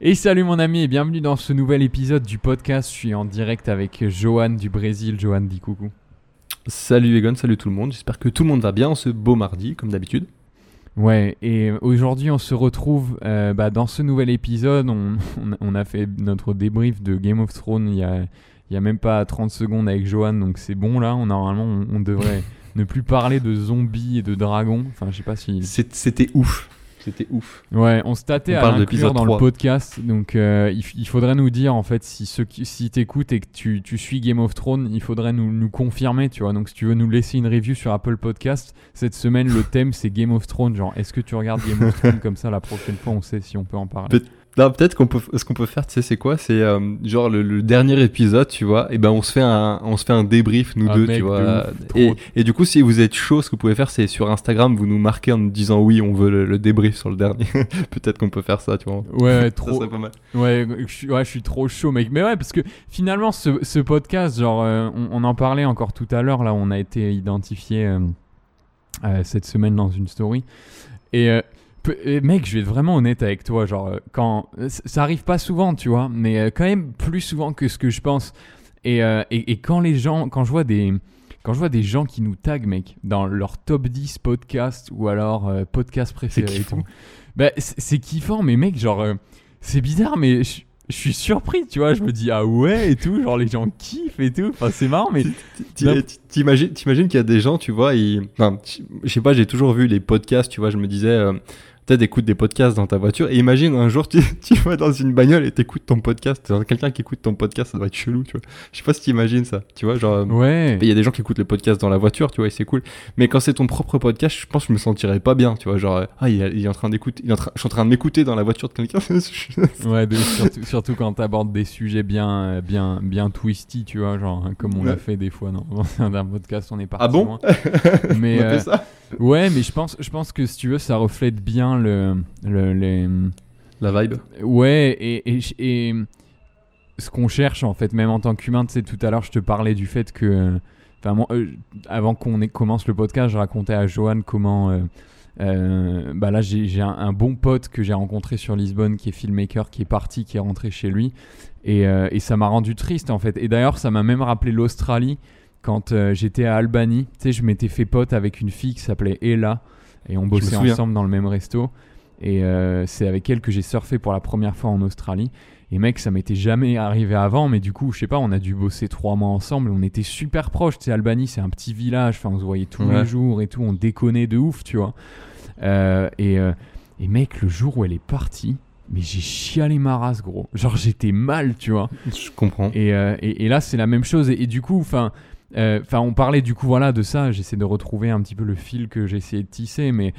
Et salut mon ami et bienvenue dans ce nouvel épisode du podcast. Je suis en direct avec Johan du Brésil. Johan, dis coucou. Salut Egon, salut tout le monde. J'espère que tout le monde va bien en ce beau mardi, comme d'habitude. Ouais, et aujourd'hui on se retrouve dans ce nouvel épisode. On a fait notre débrief de Game of Thrones il y a même pas 30 secondes avec Johan, donc c'est bon là. Normalement on devrait ne plus parler de zombies et de dragons. Enfin, je sais pas si... C'était ouf. C'était ouf. Ouais, on se tâtait On à parle l'inclure d'épisode dans 3. le podcast, donc il faudrait nous dire en fait si t'écoutes et que tu suis Game of Thrones, il faudrait nous confirmer, tu vois. Donc si tu veux nous laisser une review sur Apple Podcast, cette semaine le thème c'est Game of Thrones, genre est-ce que tu regardes Game of Thrones comme ça la prochaine fois on sait si on peut en parler. Non, peut-être ce qu'on peut faire, tu sais, c'est quoi? C'est genre le dernier épisode, tu vois. Et ben on se fait un débrief nous deux, mec, tu vois. de ouf, Et du coup, si vous êtes chaud, ce que vous pouvez faire, c'est sur Instagram, vous nous marquez en nous disant oui, on veut le débrief sur le dernier. Peut-être qu'on peut faire ça, tu vois. Ouais, Ça trop. serait pas mal. Ouais, je suis trop chaud, mec. Mais ouais, parce que finalement, ce podcast, genre, on en parlait encore tout à l'heure. Là, on a été identifié cette semaine dans une story. Et mec, je vais être vraiment honnête avec toi. Genre, quand ça arrive pas souvent, tu vois, mais quand même plus souvent que ce que je pense. Et quand je vois des gens qui nous taguent, mec, dans leur top 10 podcast ou alors podcast préféré et tout, bah, c'est kiffant, mais mec, genre, c'est bizarre, mais je suis surpris, tu vois. Je me dis, ah ouais, et tout, genre les gens kiffent et tout. Enfin, c'est marrant, mais. T'imagines qu'il y a des gens, tu vois, enfin, je sais pas, j'ai toujours vu les podcasts, tu vois, je me disais, peut-être écoute des podcasts dans ta voiture, et imagine un jour, tu vas dans une bagnole et t'écoutes ton podcast, genre, quelqu'un qui écoute ton podcast, ça doit être chelou, tu vois. Je sais pas si t'imagines ça, tu vois, genre, Ouais. il y a des gens qui écoutent le podcast dans la voiture, tu vois, et c'est cool, mais quand c'est ton propre podcast, je pense que je me sentirais pas bien, tu vois, genre, il est en train d'écouter, je suis en train de m'écouter dans la voiture de quelqu'un. Ouais, surtout quand t'abordes des sujets bien twisty, tu vois, genre comme on l'a fait des fois dans un podcast, on est parti Ah bon loin. Mais on a fait ça ouais, mais je pense que si tu veux, ça reflète bien la vibe. Ouais, et ce qu'on cherche en fait, même en tant qu'humain. Tu sais, tout à l'heure, je te parlais du fait que, enfin, moi, avant qu'on commence le podcast, je racontais à Johan comment. Là j'ai un bon pote que j'ai rencontré sur Lisbonne qui est filmmaker, qui est parti, qui est rentré chez lui et ça m'a rendu triste en fait. Et d'ailleurs ça m'a même rappelé l'Australie quand j'étais à Albanie. Tu sais, je m'étais fait pote avec une fille qui s'appelait Ella et on bossait ensemble dans le même resto et c'est avec elle que j'ai surfé pour la première fois en Australie. Et mec, ça m'était jamais arrivé avant, mais du coup, je sais pas, on a dû bosser 3 mois ensemble, on était super proches. Tu sais, Albanie, c'est un petit village, enfin, on se voyait tous les jours et tout, on déconnait de ouf, tu vois. Et mec, le jour où elle est partie, mais j'ai chialé ma race, gros. Genre, j'étais mal, tu vois. Je comprends. Et là, c'est la même chose. Et du coup, on parlait du coup, voilà, de ça. J'essaie de retrouver un petit peu le fil que j'ai essayé de tisser, mais...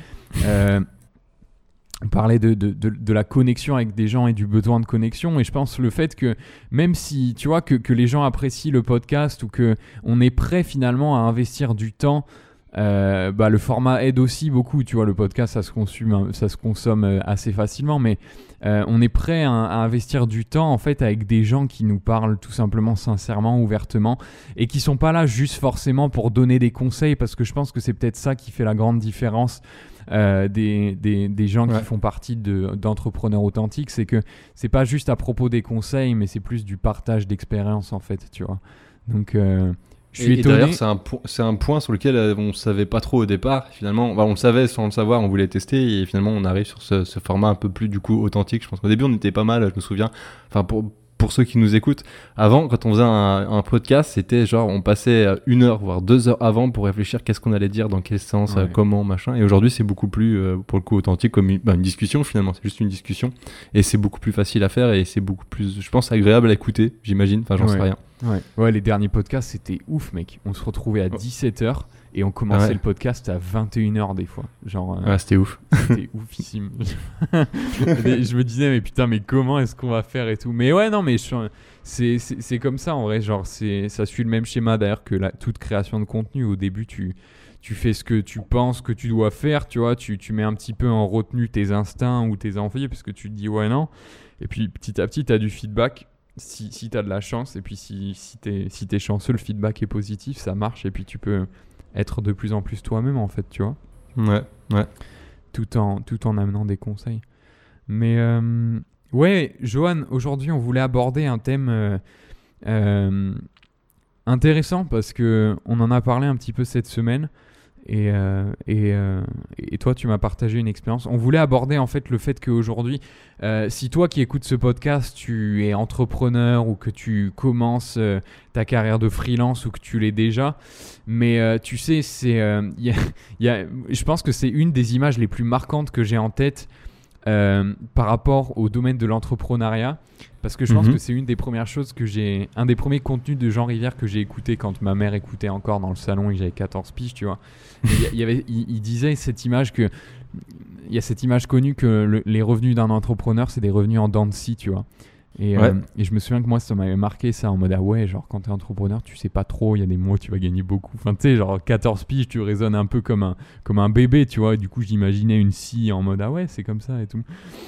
On parlait de la connexion avec des gens et du besoin de connexion, et je pense le fait que même si tu vois que les gens apprécient le podcast ou que on est prêt finalement à investir du temps, le format aide aussi beaucoup, tu vois. Le podcast ça se consomme assez facilement, mais on est prêt à investir du temps en fait avec des gens qui nous parlent tout simplement sincèrement, ouvertement, et qui sont pas là juste forcément pour donner des conseils, parce que je pense que c'est peut-être ça qui fait la grande différence des gens qui font partie d'entrepreneurs authentiques. C'est que c'est pas juste à propos des conseils, mais c'est plus du partage d'expérience en fait, tu vois. Donc je suis étonné. Et d'ailleurs c'est un point sur lequel on savait pas trop au départ finalement. On le savait sans le savoir, on voulait tester, et finalement on arrive sur ce format un peu plus du coup authentique. Je pense qu'au début on était pas mal, je me souviens, enfin pour ceux qui nous écoutent, avant, quand on faisait un podcast, c'était genre on passait 1 heure voire 2 heures avant pour réfléchir qu'est-ce qu'on allait dire, dans quel sens, comment, machin. Et aujourd'hui c'est beaucoup plus pour le coup authentique, comme une discussion finalement. C'est juste une discussion et c'est beaucoup plus facile à faire, et c'est beaucoup plus, je pense, agréable à écouter, j'imagine. Enfin, j'en sais rien. Ouais, les derniers podcasts c'était ouf, mec. On se retrouvait à 17h et on commençait le podcast à 21h des fois. Genre, c'était ouf. C'était oufissime. Je me disais, mais putain, mais comment est-ce qu'on va faire et tout. Mais ouais, non, mais c'est comme ça en vrai. Genre, ça suit le même schéma d'ailleurs que toute création de contenu. Au début, tu fais ce que tu penses que tu dois faire, tu vois. Tu mets un petit peu en retenue tes instincts ou tes envies, parce que tu te dis ouais, non. Et puis petit à petit, tu as du feedback. Si tu as de la chance, et puis si t'es chanceux, le feedback est positif, ça marche, et puis tu peux être de plus en plus toi-même en fait, tu vois. Ouais. Tout en amenant des conseils. Mais Ouais, Johan, aujourd'hui, on voulait aborder un thème intéressant parce que on en a parlé un petit peu cette semaine et toi, tu m'as partagé une expérience. On voulait aborder en fait le fait qu'aujourd'hui, si toi qui écoutes ce podcast, tu es entrepreneur ou que tu commences ta carrière de freelance ou que tu l'es déjà, mais tu sais, je pense que c'est une des images les plus marquantes que j'ai en tête par rapport au domaine de l'entrepreneuriat, parce que je pense que c'est une des premières choses un des premiers contenus de Jean Rivière que j'ai écouté quand ma mère écoutait encore dans le salon et que j'avais 14 piges, tu vois. Il disait cette image il y a cette image connue que les revenus d'un entrepreneur, c'est des revenus en dents de scie, tu vois. Et je me souviens que moi, ça m'avait marqué ça en mode ah ouais, genre quand t'es entrepreneur, tu sais pas trop, il y a des mois où tu vas gagner beaucoup. Enfin, tu sais, genre 14 piges, tu raisonnes un peu comme un bébé, tu vois. Et du coup, j'imaginais une scie en mode ah ouais, c'est comme ça et tout.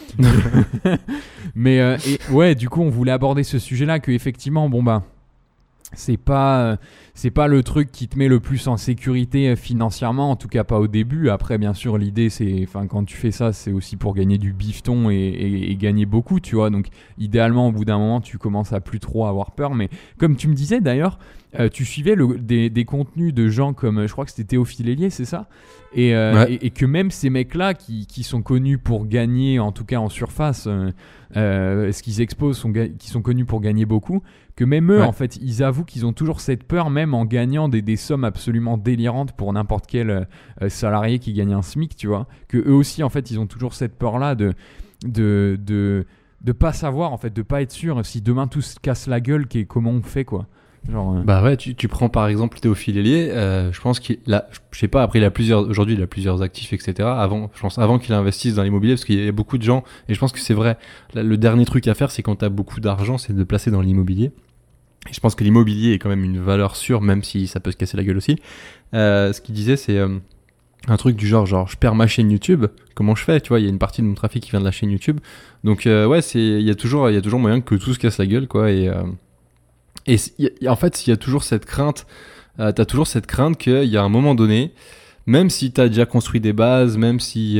Mais et ouais, du coup, on voulait aborder ce sujet-là que effectivement, bon bah. C'est pas le truc qui te met le plus en sécurité financièrement, en tout cas pas au début. Après, bien sûr, l'idée, quand tu fais ça, c'est aussi pour gagner du bifton et gagner beaucoup, tu vois. Donc, idéalement, au bout d'un moment, tu commences à plus trop avoir peur. Mais comme tu me disais d'ailleurs, tu suivais des contenus de gens comme, je crois que c'était Théophile Hélier, c'est ça ? Et que même ces mecs-là qui sont connus pour gagner, en tout cas en surface, ce qu'ils exposent, qui sont connus pour gagner beaucoup, que même eux, en fait, ils avouent qu'ils ont toujours cette peur, même en gagnant des sommes absolument délirantes pour n'importe quel salarié qui gagne un SMIC, tu vois. Que eux aussi, en fait, ils ont toujours cette peur-là de pas savoir, en fait, de pas être sûr si demain tout se casse la gueule, comment on fait, quoi. Genre, Bah ouais, tu prends par exemple Théophile Hélier, je pense je sais pas, après aujourd'hui il a plusieurs actifs, etc. Je pense avant qu'il investisse dans l'immobilier, parce qu'il y a beaucoup de gens, et je pense que c'est vrai, le dernier truc à faire, c'est quand t'as beaucoup d'argent, c'est de placer dans l'immobilier. Et je pense que l'immobilier est quand même une valeur sûre, même si ça peut se casser la gueule aussi. Ce qu'il disait, c'est un truc du genre je perds ma chaîne YouTube, comment je fais, tu vois, il y a une partie de mon trafic qui vient de la chaîne YouTube. Donc ouais, il y a toujours moyen que tout se casse la gueule, quoi, et en fait, il y a toujours cette crainte, t'as toujours cette crainte qu'il y a un moment donné, même si t'as déjà construit des bases, même si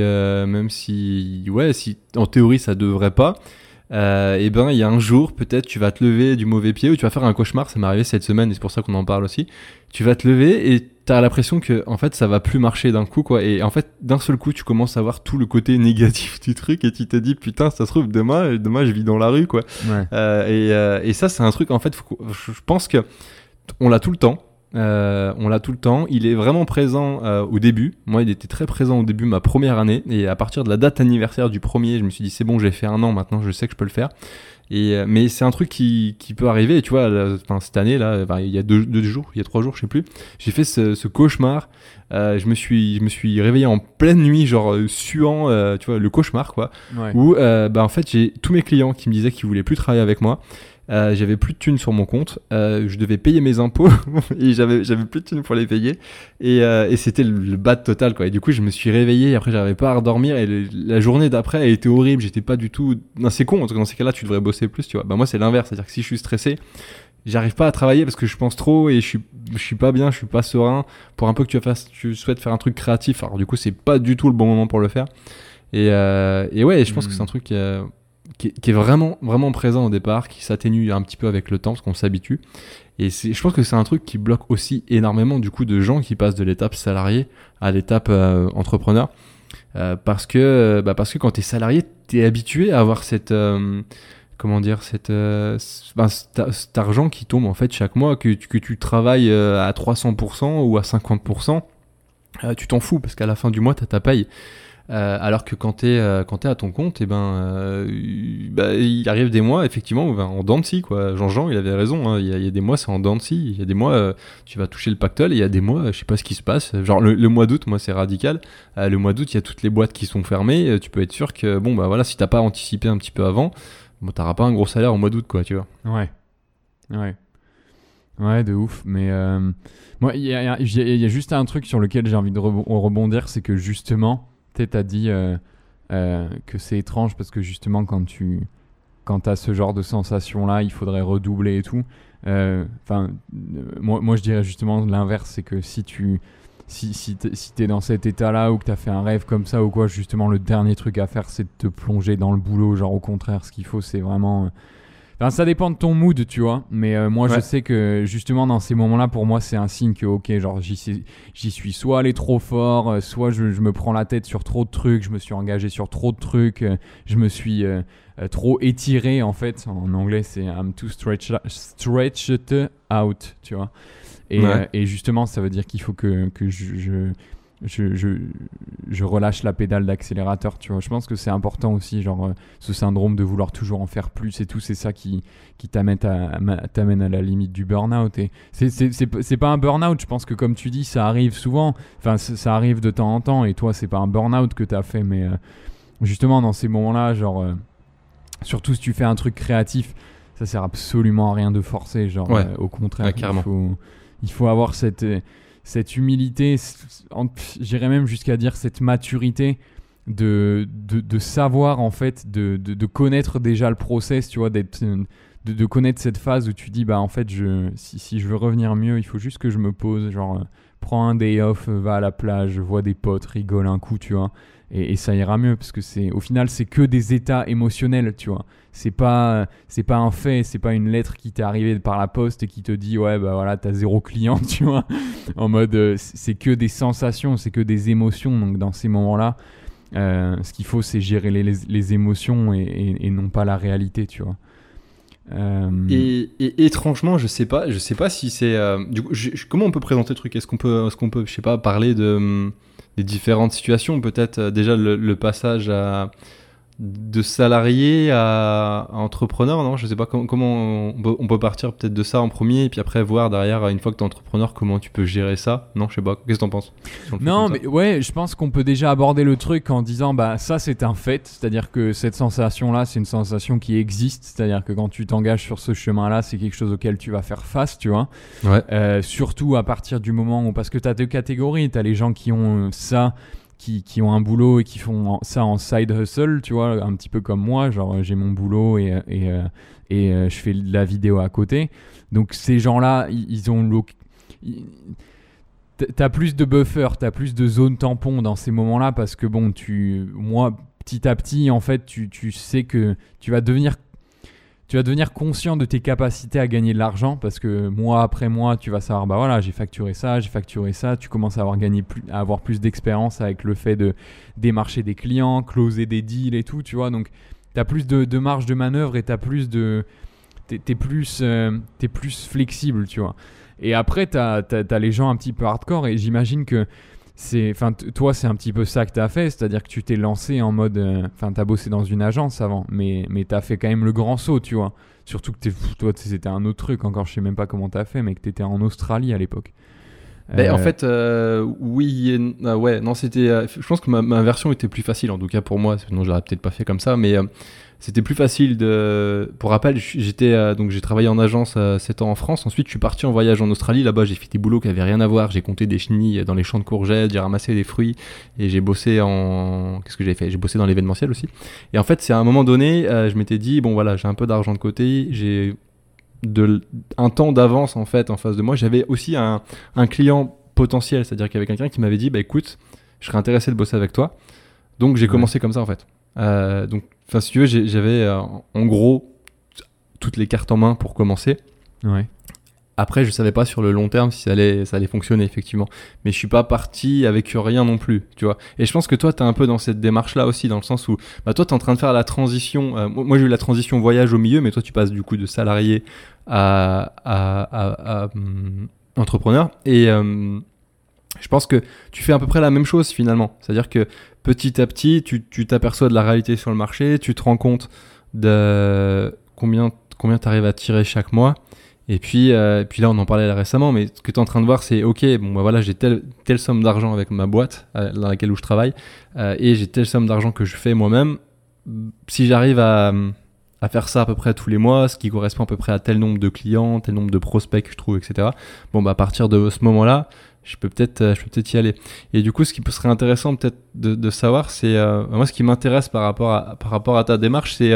en théorie ça devrait pas, et ben il y a un jour peut-être tu vas te lever du mauvais pied ou tu vas faire un cauchemar. Ça m'est arrivé cette semaine et c'est pour ça qu'on en parle aussi. Tu vas te lever et t'as l'impression que en fait ça va plus marcher d'un coup, quoi, et en fait d'un seul coup tu commences à voir tout le côté négatif du truc et tu te dis putain, ça se trouve demain je vis dans la rue, quoi. Et ça c'est un truc, en fait, je pense que on l'a tout le temps. Il est vraiment présent au début. Moi, il était très présent au début, ma première année. Et à partir de la date anniversaire du premier, je me suis dit, c'est bon, j'ai fait 1 an, maintenant je sais que je peux le faire. Mais c'est un truc qui peut arriver. Et tu vois, cette année, là, il y a 2 jours, il y a 3 jours, je sais plus, j'ai fait ce cauchemar. Je me suis réveillé en pleine nuit, genre suant, tu vois, le cauchemar, quoi. Ouais. Où, en fait, j'ai tous mes clients qui me disaient qu'ils voulaient plus travailler avec moi. J'avais plus de thunes sur mon compte, je devais payer mes impôts et j'avais plus de thunes pour les payer, et c'était le bad total, quoi. Et du coup je me suis réveillé et après j'arrivais pas à redormir, et la journée d'après elle était horrible. J'étais pas du tout, non, c'est con, dans ces cas-là tu devrais bosser plus, tu vois. Bah moi c'est l'inverse, c'est-à-dire que si je suis stressé, j'arrive pas à travailler parce que je pense trop et je suis pas bien, je suis pas serein pour un peu que tu souhaites faire un truc créatif. Alors du coup c'est pas du tout le bon moment pour le faire, et ouais, je pense que c'est un truc qui est vraiment, vraiment présent au départ, qui s'atténue un petit peu avec le temps parce qu'on s'habitue. Et je pense que c'est un truc qui bloque aussi énormément du coup de gens qui passent de l'étape salarié à l'étape entrepreneur. Parce que quand t'es salarié, t'es habitué à avoir cet argent qui tombe en fait chaque mois, que tu travailles à 300% ou à 50%. Tu t'en fous parce qu'à la fin du mois, t'as ta paye. Alors que quand t'es à ton compte, il arrive des mois effectivement en dents de scie, quoi. Jean il avait raison, hein. Il y a des mois c'est en dents de scie, il y a des mois tu vas toucher le pactole, et il y a des mois je sais pas ce qui se passe, genre le mois d'août, moi c'est radical. Le mois d'août il y a toutes les boîtes qui sont fermées, tu peux être sûr que si t'as pas anticipé un petit peu avant, t'auras pas un gros salaire au mois d'août, quoi, tu vois. Ouais, de ouf. Mais moi il y a juste un truc sur lequel j'ai envie de rebondir, c'est que justement t'as dit que c'est étrange parce que justement quand t'as ce genre de sensation là, il faudrait redoubler et tout. Moi je dirais justement l'inverse, c'est que si tu si t'es dans cet état-là ou que t'as fait un rêve comme ça ou quoi, justement, le dernier truc à faire, c'est de te plonger dans le boulot. Genre, au contraire, ce qu'il faut, c'est vraiment... Enfin, ça dépend de ton mood, tu vois. Mais moi, je sais que justement, dans ces moments-là, pour moi, c'est un signe que, ok, genre, j'y suis soit allé trop fort, soit je me prends la tête sur trop de trucs, je me suis engagé sur trop de trucs, je me suis trop étiré, en fait. En anglais, c'est I'm too stretched out, tu vois. Et justement, ça veut dire qu'il faut que je relâche la pédale d'accélérateur, tu vois. Je pense que c'est important aussi, genre ce syndrome de vouloir toujours en faire plus et tout, c'est ça qui t'amène à la limite du burn-out. Et c'est pas un burn-out, je pense que comme tu dis, ça arrive souvent, enfin ça arrive de temps en temps, et toi c'est pas un burn-out que t'as fait, mais justement dans ces moments-là, genre surtout si tu fais un truc créatif, ça sert absolument à rien de forcer, genre au contraire, il faut avoir cette humilité, j'irais même jusqu'à dire cette maturité de savoir en fait, de connaître déjà le process, tu vois, de connaître cette phase où tu dis bah en fait si je veux revenir mieux, il faut juste que je me pose, genre prends un day off, va à la plage, vois des potes, rigole un coup, tu vois, et ça ira mieux, parce que au final c'est que des états émotionnels, tu vois. C'est pas un fait, c'est pas une lettre qui t'est arrivée par la poste et qui te dit ouais bah voilà t'as 0 client, tu vois. En mode c'est que des sensations, c'est que des émotions, donc dans ces moments-là ce qu'il faut c'est gérer les émotions et non pas la réalité, tu vois. Et étrangement je sais pas si c'est du coup, comment on peut présenter le truc, est-ce qu'on peut je sais pas parler des différentes situations, peut-être déjà le passage de salarié à entrepreneur, non? Je sais pas comment on peut partir peut-être de ça en premier et puis après voir derrière, une fois que t'es entrepreneur, comment tu peux gérer ça. Non, je sais pas. Qu'est-ce que t'en penses? Non, mais ouais, je pense qu'on peut déjà aborder le truc en disant bah ça c'est un fait, c'est-à-dire que cette sensation-là, c'est une sensation qui existe, c'est-à-dire que quand tu t'engages sur ce chemin-là, c'est quelque chose auquel tu vas faire face, tu vois. Ouais. Surtout à partir du moment où, parce que t'as 2 catégories, t'as les gens qui ont ça, qui ont un boulot et qui font ça en side hustle, tu vois, un petit peu comme moi, genre j'ai mon boulot et je fais de la vidéo à côté. Donc ces gens-là, ils ont t'as plus de buffer, t'as plus de zone tampon dans ces moments-là, parce que bon, moi petit à petit, en fait, tu sais que tu vas devenir conscient de tes capacités à gagner de l'argent, parce que mois après mois, tu vas savoir, bah voilà, j'ai facturé ça, tu commences à avoir plus d'expérience avec le fait de démarcher des clients, closer des deals et tout, tu vois, donc tu as plus de marge de manœuvre et t'es plus flexible, tu vois. Et après, t'as les gens un petit peu hardcore, et j'imagine que toi, c'est un petit peu ça que t'as fait, c'est-à-dire que tu t'es lancé en mode, t'as bossé dans une agence avant, mais t'as fait quand même le grand saut, tu vois. Surtout que toi, c'était un autre truc, encore je sais même pas comment t'as fait, mais que t'étais en Australie à l'époque. En fait, oui, ouais, non, c'était. Je pense que ma version était plus facile, en tout cas pour moi. Sinon, je l'aurais peut-être pas fait comme ça, mais c'était plus facile Pour rappel, donc j'ai travaillé en agence 7 ans en France. Ensuite, je suis parti en voyage en Australie. Là-bas, j'ai fait des boulots qui avaient rien à voir. J'ai compté des chenilles dans les champs de courgettes, j'ai ramassé des fruits et j'ai bossé Qu'est-ce que j'ai fait? J'ai bossé dans l'événementiel aussi. Et en fait, c'est à un moment donné, je m'étais dit bon voilà, j'ai un peu d'argent de côté, j'ai un temps d'avance en fait en face de moi. J'avais aussi un client potentiel, c'est-à-dire qu'il y avait quelqu'un qui m'avait dit bah écoute, je serais intéressé de bosser avec toi. Donc j'ai commencé comme ça en fait. Donc si tu veux, j'avais en gros toutes les cartes en main pour commencer. Ouais. Après, je savais pas sur le long terme si ça allait fonctionner effectivement, mais je suis pas parti avec rien non plus, tu vois. Et je pense que toi t'es un peu dans cette démarche là aussi, dans le sens où bah toi t'es en train de faire la transition. Moi j'ai eu la transition voyage au milieu, mais toi tu passes du coup de salarié à entrepreneur, et je pense que tu fais à peu près la même chose finalement. C'est-à-dire que petit à petit tu t'aperçois de la réalité sur le marché, tu te rends compte de combien tu arrives à tirer chaque mois. Et puis là, on en parlait récemment, mais ce que tu es en train de voir, c'est ok, bon bah voilà, j'ai telle somme d'argent avec ma boîte dans laquelle je travaille, et j'ai telle somme d'argent que je fais moi-même. Si j'arrive à faire ça à peu près tous les mois, ce qui correspond à peu près à tel nombre de clients, tel nombre de prospects que je trouve, etc. Bon bah à partir de ce moment-là, je peux peut-être y aller. Et du coup, ce qui serait intéressant peut-être de savoir, c'est moi ce qui m'intéresse par rapport à ta démarche, c'est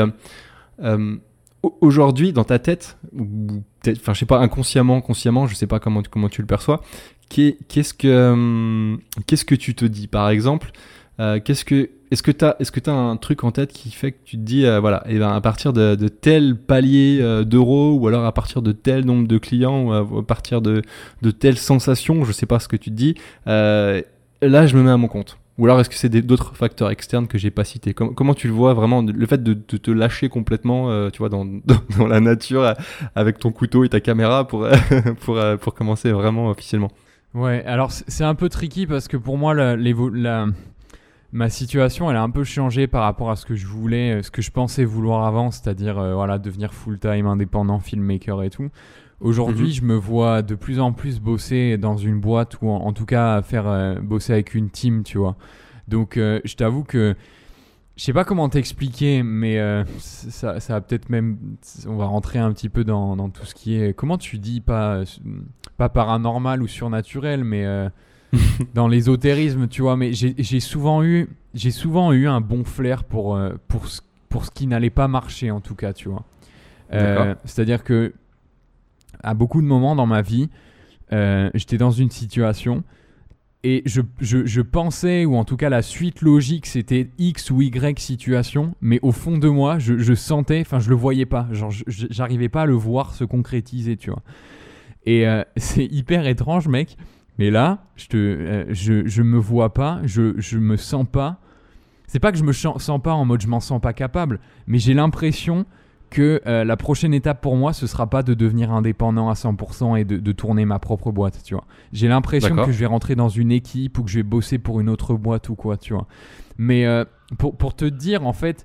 aujourd'hui dans ta tête, ou peut-être, enfin je sais pas, inconsciemment, consciemment, je sais pas comment tu le perçois, qu'est-ce que tu te dis par exemple, est-ce que t'as un truc en tête qui fait que tu te dis voilà, et ben à partir de tel palier d'euros, ou alors à partir de tel nombre de clients, ou à partir de telle sensation, je sais pas ce que tu te dis, là je me mets à mon compte. Ou alors est-ce que c'est d'autres facteurs externes que j'ai pas cités? Comment tu le vois vraiment, le fait de te lâcher complètement, tu vois, dans la nature avec ton couteau et ta caméra pour pour commencer vraiment officiellement? Ouais, alors c'est un peu tricky parce que pour moi, ma situation, elle a un peu changé par rapport à ce que je voulais, ce que je pensais vouloir avant, c'est-à-dire voilà, devenir full-time indépendant, filmmaker et tout. Aujourd'hui, je me vois de plus en plus bosser dans une boîte ou en tout cas faire bosser avec une team, tu vois. Donc, je t'avoue que je sais pas comment t'expliquer, mais ça va peut-être même. On va rentrer un petit peu dans tout ce qui est. Comment tu dis, pas paranormal ou surnaturel, mais dans l'ésotérisme, tu vois. Mais j'ai souvent eu un bon flair pour ce qui n'allait pas marcher, en tout cas, tu vois. C'est-à-dire que à beaucoup de moments dans ma vie, j'étais dans une situation et je pensais, ou en tout cas la suite logique, c'était X ou Y situation, mais au fond de moi, je sentais, enfin je le voyais pas, genre j'arrivais pas à le voir se concrétiser, tu vois. Et c'est hyper étrange, mec, mais là, je me vois pas, je me sens pas. C'est pas que je me sens pas en mode je m'en sens pas capable, mais j'ai l'impression que la prochaine étape pour moi, ce sera pas de devenir indépendant à 100% et de tourner ma propre boîte, tu vois. J'ai l'impression que je vais rentrer dans une équipe ou que je vais bosser pour une autre boîte ou quoi, tu vois. Mais pour te dire, en fait,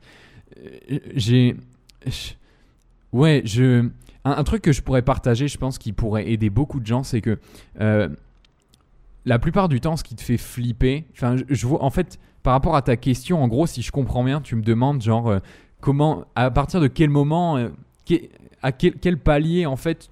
un truc que je pourrais partager, je pense, qui pourrait aider beaucoup de gens, c'est que la plupart du temps, ce qui te fait flipper, enfin, je vois, en fait, par rapport à ta question, en gros, si je comprends bien, tu me demandes genre comment, à partir de quel moment, à quel palier en fait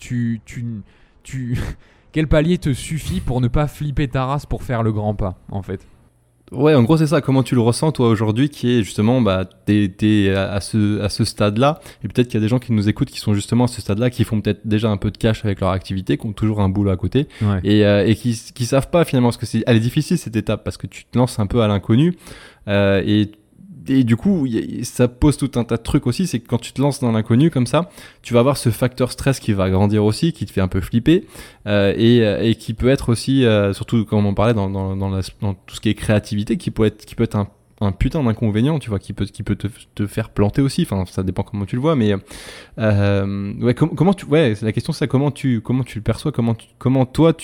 quel palier te suffit pour ne pas flipper ta race pour faire le grand pas, en fait. Ouais, en gros, c'est ça. Comment tu le ressens, toi, aujourd'hui, qui est justement, bah, t'es à ce stade-là. Et peut-être qu'il y a des gens qui nous écoutent qui sont justement à ce stade-là, qui font peut-être déjà un peu de cash avec leur activité, qui ont toujours un boulot à côté. Ouais. Et qui savent pas finalement, parce que elle est difficile cette étape, parce que tu te lances un peu à l'inconnu. Et du coup, ça pose tout un tas de trucs aussi, c'est que quand tu te lances dans l'inconnu comme ça, tu vas avoir ce facteur stress qui va grandir aussi, qui te fait un peu flipper, et qui peut être aussi, surtout comme on parlait dans tout ce qui est créativité, qui peut être un putain d'inconvénient, tu vois, qui peut te faire planter aussi. Enfin, ça dépend comment tu le vois, mais ouais, la question c'est comment tu le perçois, comment toi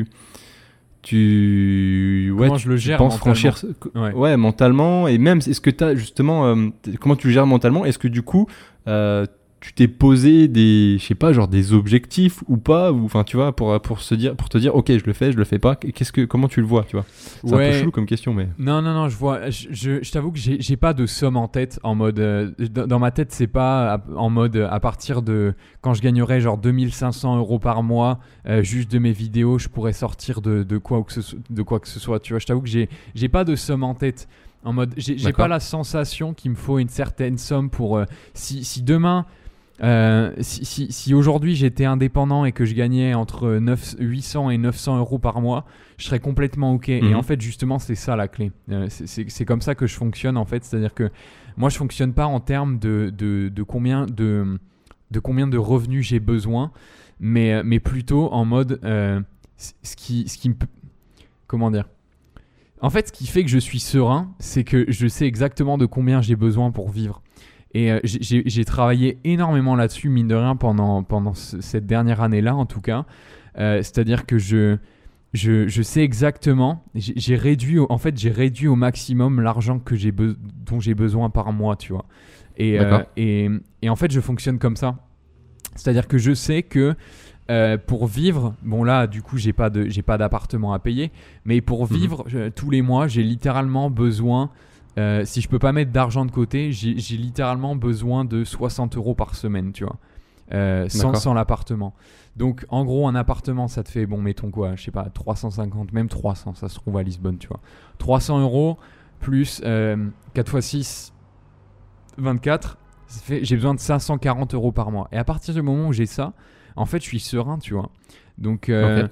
comment je le gère penses mentalement. franchir ouais, mentalement, et même est-ce que tu as justement comment tu le gères mentalement, est-ce que du coup tu t'es posé je sais pas, genre des objectifs ou pas, ou enfin tu vois, pour te dire OK, je le fais pas, comment tu le vois, tu vois? C'est un peu chelou comme question, mais non, je vois, je t'avoue que j'ai pas de somme en tête, en mode dans ma tête, c'est pas en mode à partir de quand je gagnerais genre 2500 € par mois juste de mes vidéos, je pourrais sortir de quoi que ce soit, tu vois. Je t'avoue que j'ai pas de somme en tête, en mode j'ai pas la sensation qu'il me faut une certaine somme pour si demain si aujourd'hui j'étais indépendant et que je gagnais entre 800 et 900 € par mois, je serais complètement OK. Et en fait, justement, c'est ça la clé. C'est comme ça que je fonctionne, en fait. C'est-à-dire que moi, je fonctionne pas en termes de combien de revenus j'ai besoin, mais plutôt en mode ce qui me... Comment dire ? En fait, ce qui fait que je suis serein, c'est que je sais exactement de combien j'ai besoin pour vivre. Et j'ai travaillé énormément là-dessus, mine de rien, pendant cette dernière année-là, en tout cas. C'est-à-dire que je sais exactement, j'ai réduit au maximum l'argent dont j'ai besoin par mois, tu vois. Et en fait, je fonctionne comme ça. C'est-à-dire que je sais que pour vivre, bon là, du coup, j'ai pas d'appartement à payer, mais pour vivre tous les mois, j'ai littéralement besoin... si je peux pas mettre d'argent de côté, j'ai littéralement besoin de 60 € par semaine, tu vois, sans l'appartement. Donc en gros, un appartement, ça te fait, bon, mettons quoi, je sais pas, 350, même 300, ça se trouve à Lisbonne, tu vois. 300 € plus 4 x 6, 24, j'ai besoin de 540 € par mois. Et à partir du moment où j'ai ça, en fait, je suis serein, tu vois. Donc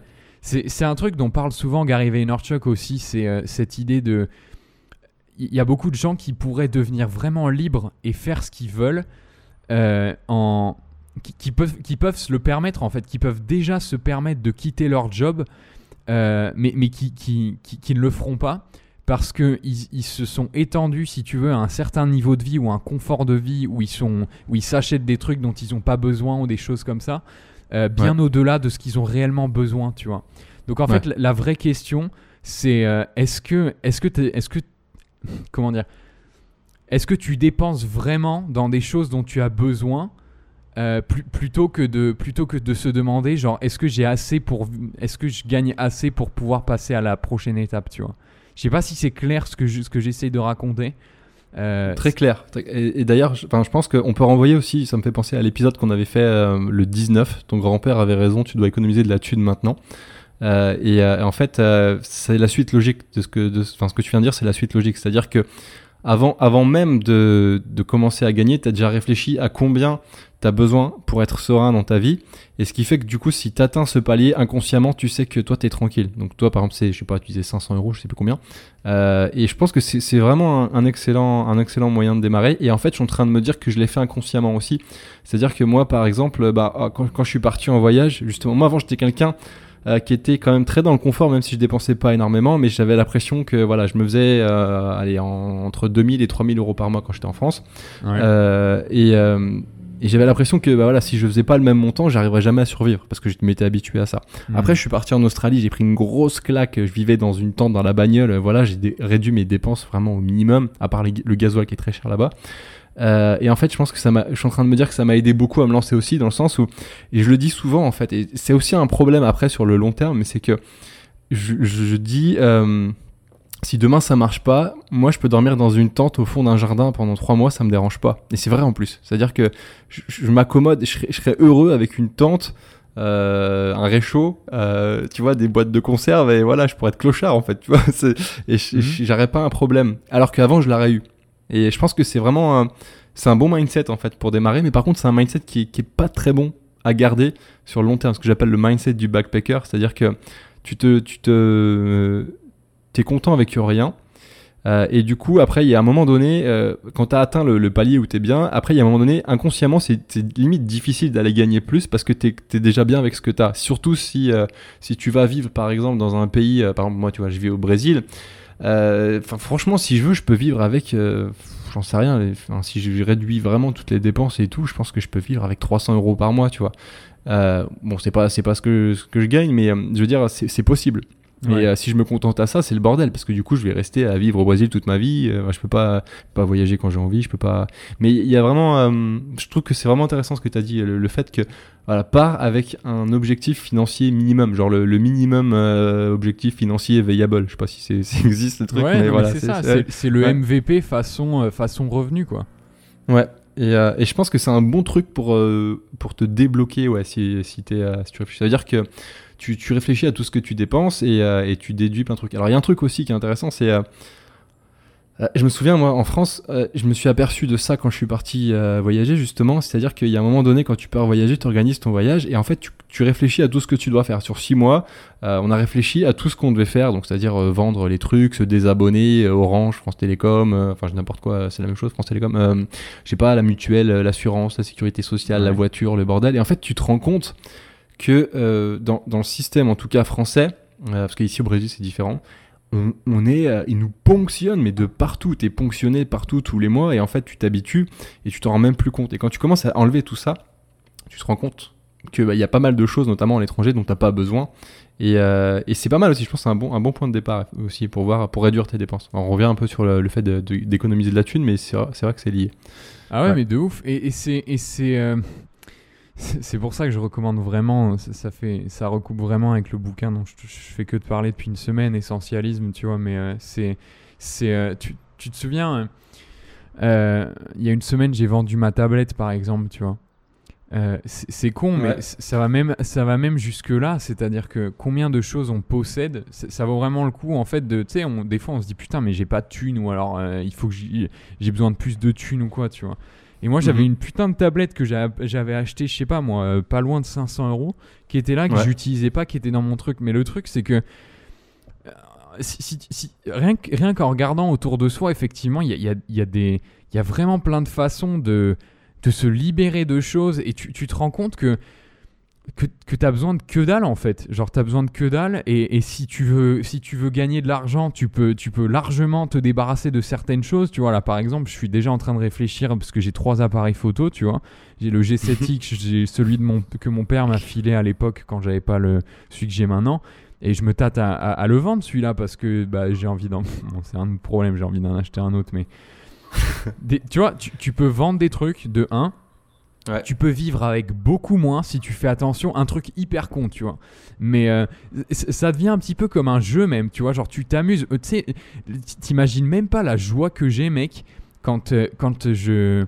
c'est un truc dont parle souvent Gary Vaynerchuk aussi, c'est cette idée de... Il y a beaucoup de gens qui pourraient devenir vraiment libres et faire ce qu'ils veulent, qui peuvent se le permettre en fait, qui peuvent déjà se permettre de quitter leur job, mais qui ne le feront pas parce qu'ils se sont étendus, si tu veux, à un certain niveau de vie ou un confort de vie où ils s'achètent des trucs dont ils n'ont pas besoin ou des choses comme ça, bien au-delà de ce qu'ils ont réellement besoin, tu vois. Donc en fait, la vraie question, c'est comment dire, est-ce que tu dépenses vraiment dans des choses dont tu as besoin, plutôt que de se demander genre est-ce que je gagne assez pour pouvoir passer à la prochaine étape, tu vois. Je sais pas si c'est clair ce que j'essaye de raconter. Très clair. Et d'ailleurs, je pense qu'on peut renvoyer aussi, ça me fait penser à l'épisode qu'on avait fait le 19. Ton grand-père avait raison, tu dois économiser de la thune maintenant. En fait, c'est la suite logique de ce que tu viens de dire, c'est la suite logique. C'est-à-dire que avant même de commencer à gagner, tu as déjà réfléchi à combien tu as besoin pour être serein dans ta vie. Et ce qui fait que du coup, si tu atteins ce palier, inconsciemment, tu sais que toi, tu es tranquille. Donc toi, par exemple, c'est, je sais pas, tu disais 500 €, je sais plus combien. Et je pense que c'est vraiment un excellent moyen de démarrer. Et en fait, je suis en train de me dire que je l'ai fait inconsciemment aussi. C'est-à-dire que moi, par exemple, quand je suis parti en voyage, justement, moi avant, j'étais quelqu'un qui était quand même très dans le confort, même si je dépensais pas énormément, mais j'avais l'impression que voilà, je me faisais entre 2000 et 3000 € par mois quand j'étais en France. Et j'avais l'impression que voilà, si je faisais pas le même montant, j'arriverais jamais à survivre parce que je m'étais habitué à ça. Après, je suis parti en Australie, j'ai pris une grosse claque, je vivais dans une tente dans la bagnole, voilà, j'ai réduit mes dépenses vraiment au minimum, à part le gasoil qui est très cher là-bas. Et en fait, je pense que je suis en train de me dire que ça m'a aidé beaucoup à me lancer aussi, dans le sens où, et je le dis souvent en fait, et c'est aussi un problème après sur le long terme, mais c'est que je dis, si demain ça marche pas, moi je peux dormir dans une tente au fond d'un jardin pendant 3 mois, ça me dérange pas. Et c'est vrai en plus, c'est-à-dire que je m'accommode, je serais heureux avec une tente, un réchaud, tu vois, des boîtes de conserve, et voilà, je pourrais être clochard en fait, tu vois, j'aurais pas un problème, alors qu'avant je l'aurais eu. Et je pense que c'est vraiment c'est un bon mindset en fait pour démarrer, mais par contre c'est un mindset qui est pas très bon à garder sur le long terme, ce que j'appelle le mindset du backpacker, c'est-à-dire que t'es content avec rien, et du coup après il y a un moment donné, quand t'as atteint le palier où t'es bien, après il y a un moment donné, inconsciemment c'est limite difficile d'aller gagner plus parce que t'es déjà bien avec ce que t'as, surtout si tu vas vivre par exemple dans un pays, par exemple moi tu vois, je vis au Brésil. Franchement, si je veux, je peux vivre avec, j'en sais rien, si je réduis vraiment toutes les dépenses et tout, je pense que je peux vivre avec 300 € par mois, tu vois. Bon, c'est pas ce que je gagne, mais je veux dire, c'est possible. Ouais. Et si je me contente à ça, c'est le bordel, parce que du coup, je vais rester à vivre au Brésil toute ma vie. Je peux pas voyager quand j'ai envie, je peux pas. Mais il y a vraiment, je trouve que c'est vraiment intéressant ce que tu as dit, le fait que voilà, part avec un objectif financier minimum, genre le minimum objectif financier viable. Je sais pas si ça existe le truc, mais voilà, mais c'est le MVP façon revenu, quoi. Ouais. Et je pense que c'est un bon truc pour te débloquer, ouais, si tu réfléchis. Ça veut dire que tu réfléchis à tout ce que tu dépenses et tu déduis plein de trucs. Alors il y a un truc aussi qui est intéressant, c'est je me souviens, moi en France, je me suis aperçu de ça quand je suis parti voyager justement, c'est-à-dire qu'il y a un moment donné quand tu pars voyager, tu organises ton voyage et en fait tu réfléchis à tout ce que tu dois faire. Sur 6 mois, on a réfléchi à tout ce qu'on devait faire, donc c'est-à-dire vendre les trucs, se désabonner, Orange, France Télécom, enfin n'importe quoi, c'est la même chose, France Télécom, je sais pas, la mutuelle, l'assurance, la sécurité sociale, la voiture, le bordel, et en fait tu te rends compte que dans le système en tout cas français, parce qu'ici au Brésil c'est différent, il nous ponctionne, mais de partout, t'es ponctionné partout tous les mois, et en fait tu t'habitues et tu t'en rends même plus compte. Et quand tu commences à enlever tout ça, tu te rends compte qu'il y a pas mal de choses, notamment à l'étranger, dont t'as pas besoin. Et c'est pas mal aussi, je pense que c'est un bon point de départ aussi pour réduire tes dépenses. Alors, on revient un peu sur le fait d'économiser de la thune, mais c'est vrai que c'est lié. Ah ouais, mais de ouf. Et c'est pour ça que je recommande vraiment, ça recoupe vraiment avec le bouquin dont je fais que de parler depuis une semaine, Essentialisme, tu vois, mais tu te souviens, il y a une semaine j'ai vendu ma tablette par exemple, tu vois. C'est con, ouais. Mais ça va même jusque là, c'est-à-dire que combien de choses on possède, ça vaut vraiment le coup en fait de, tu sais, des fois on se dit putain mais j'ai pas de thunes, ou alors il faut que j'ai besoin de plus de thunes ou quoi, tu vois. Et moi, j'avais une putain de tablette que j'avais acheté, je sais pas moi, pas loin de 500 €, qui était là, que j'utilisais pas, qui était dans mon truc. Mais le truc, c'est que rien qu'en regardant autour de soi, effectivement, il y a vraiment plein de façons de se libérer de choses. Et tu te rends compte que tu as besoin de que dalle en fait. Genre tu as besoin de que dalle et si tu veux gagner de l'argent, tu peux largement te débarrasser de certaines choses, tu vois. Là par exemple, je suis déjà en train de réfléchir parce que j'ai 3 appareils photo, tu vois. J'ai le G7X, j'ai celui que mon père m'a filé à l'époque quand j'avais pas celui que j'ai maintenant. Et je me tâte à le vendre celui-là parce que j'ai envie d'en... Bon, c'est un problème, j'ai envie d'en acheter un autre, mais... tu vois, tu peux vendre des trucs de 1. Ouais. Tu peux vivre avec beaucoup moins si tu fais attention. Un truc hyper con, tu vois. Mais ça devient un petit peu comme un jeu même, tu vois. Genre tu t'amuses. Tu sais, t'imagines même pas la joie que j'ai, mec, quand je...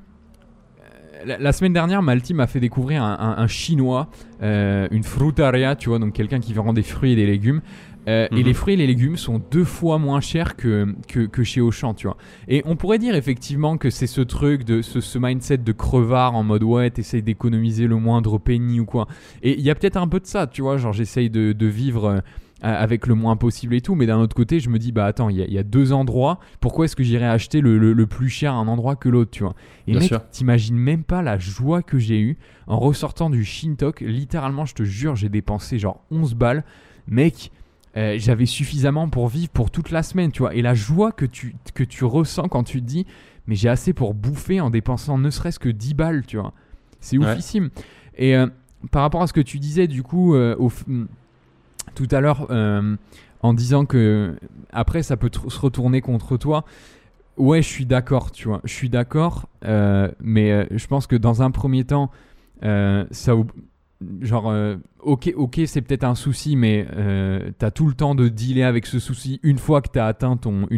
La semaine dernière, Malti m'a fait découvrir un chinois, une frutaria, tu vois, donc quelqu'un qui vend des fruits et des légumes. Et les fruits et les légumes sont 2 fois moins chers que chez Auchan, tu vois. Et on pourrait dire effectivement que c'est ce truc, ce mindset de crevard en mode ouais, t'essayes d'économiser le moindre penny ou quoi. Et il y a peut-être un peu de ça, tu vois, genre j'essaye de vivre avec le moins possible et tout, mais d'un autre côté, je me dis, bah attends, il y a 2 endroits, pourquoi est-ce que j'irais acheter le plus cher à un endroit que l'autre, tu vois. Et bien mec, sûr. T'imagines même pas la joie que j'ai eue en ressortant du Shintok. Littéralement, je te jure, j'ai dépensé genre 11 balles. Mec, j'avais suffisamment pour vivre pour toute la semaine, tu vois. Et la joie que tu ressens quand tu te dis, mais j'ai assez pour bouffer en dépensant ne serait-ce que 10 balles, tu vois. C'est oufissime. Et par rapport à ce que tu disais, du coup, tout à l'heure, en disant que après, ça peut se retourner contre toi. Ouais, je suis d'accord, tu vois. Je suis d'accord, mais je pense que dans un premier temps, ça... Genre, ok, c'est peut-être un souci, mais t'as tout le temps de dealer avec ce souci une fois que t'as atteint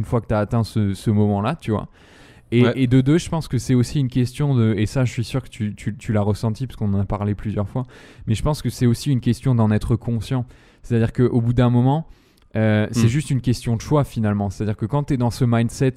ce moment-là, tu vois. Et de 2, je pense que c'est aussi une question de... Et ça, je suis sûr que tu l'as ressenti parce qu'on en a parlé plusieurs fois. Mais je pense que c'est aussi une question d'en être conscient. C'est-à-dire qu'au bout d'un moment, c'est juste une question de choix finalement. C'est-à-dire que quand t'es dans ce mindset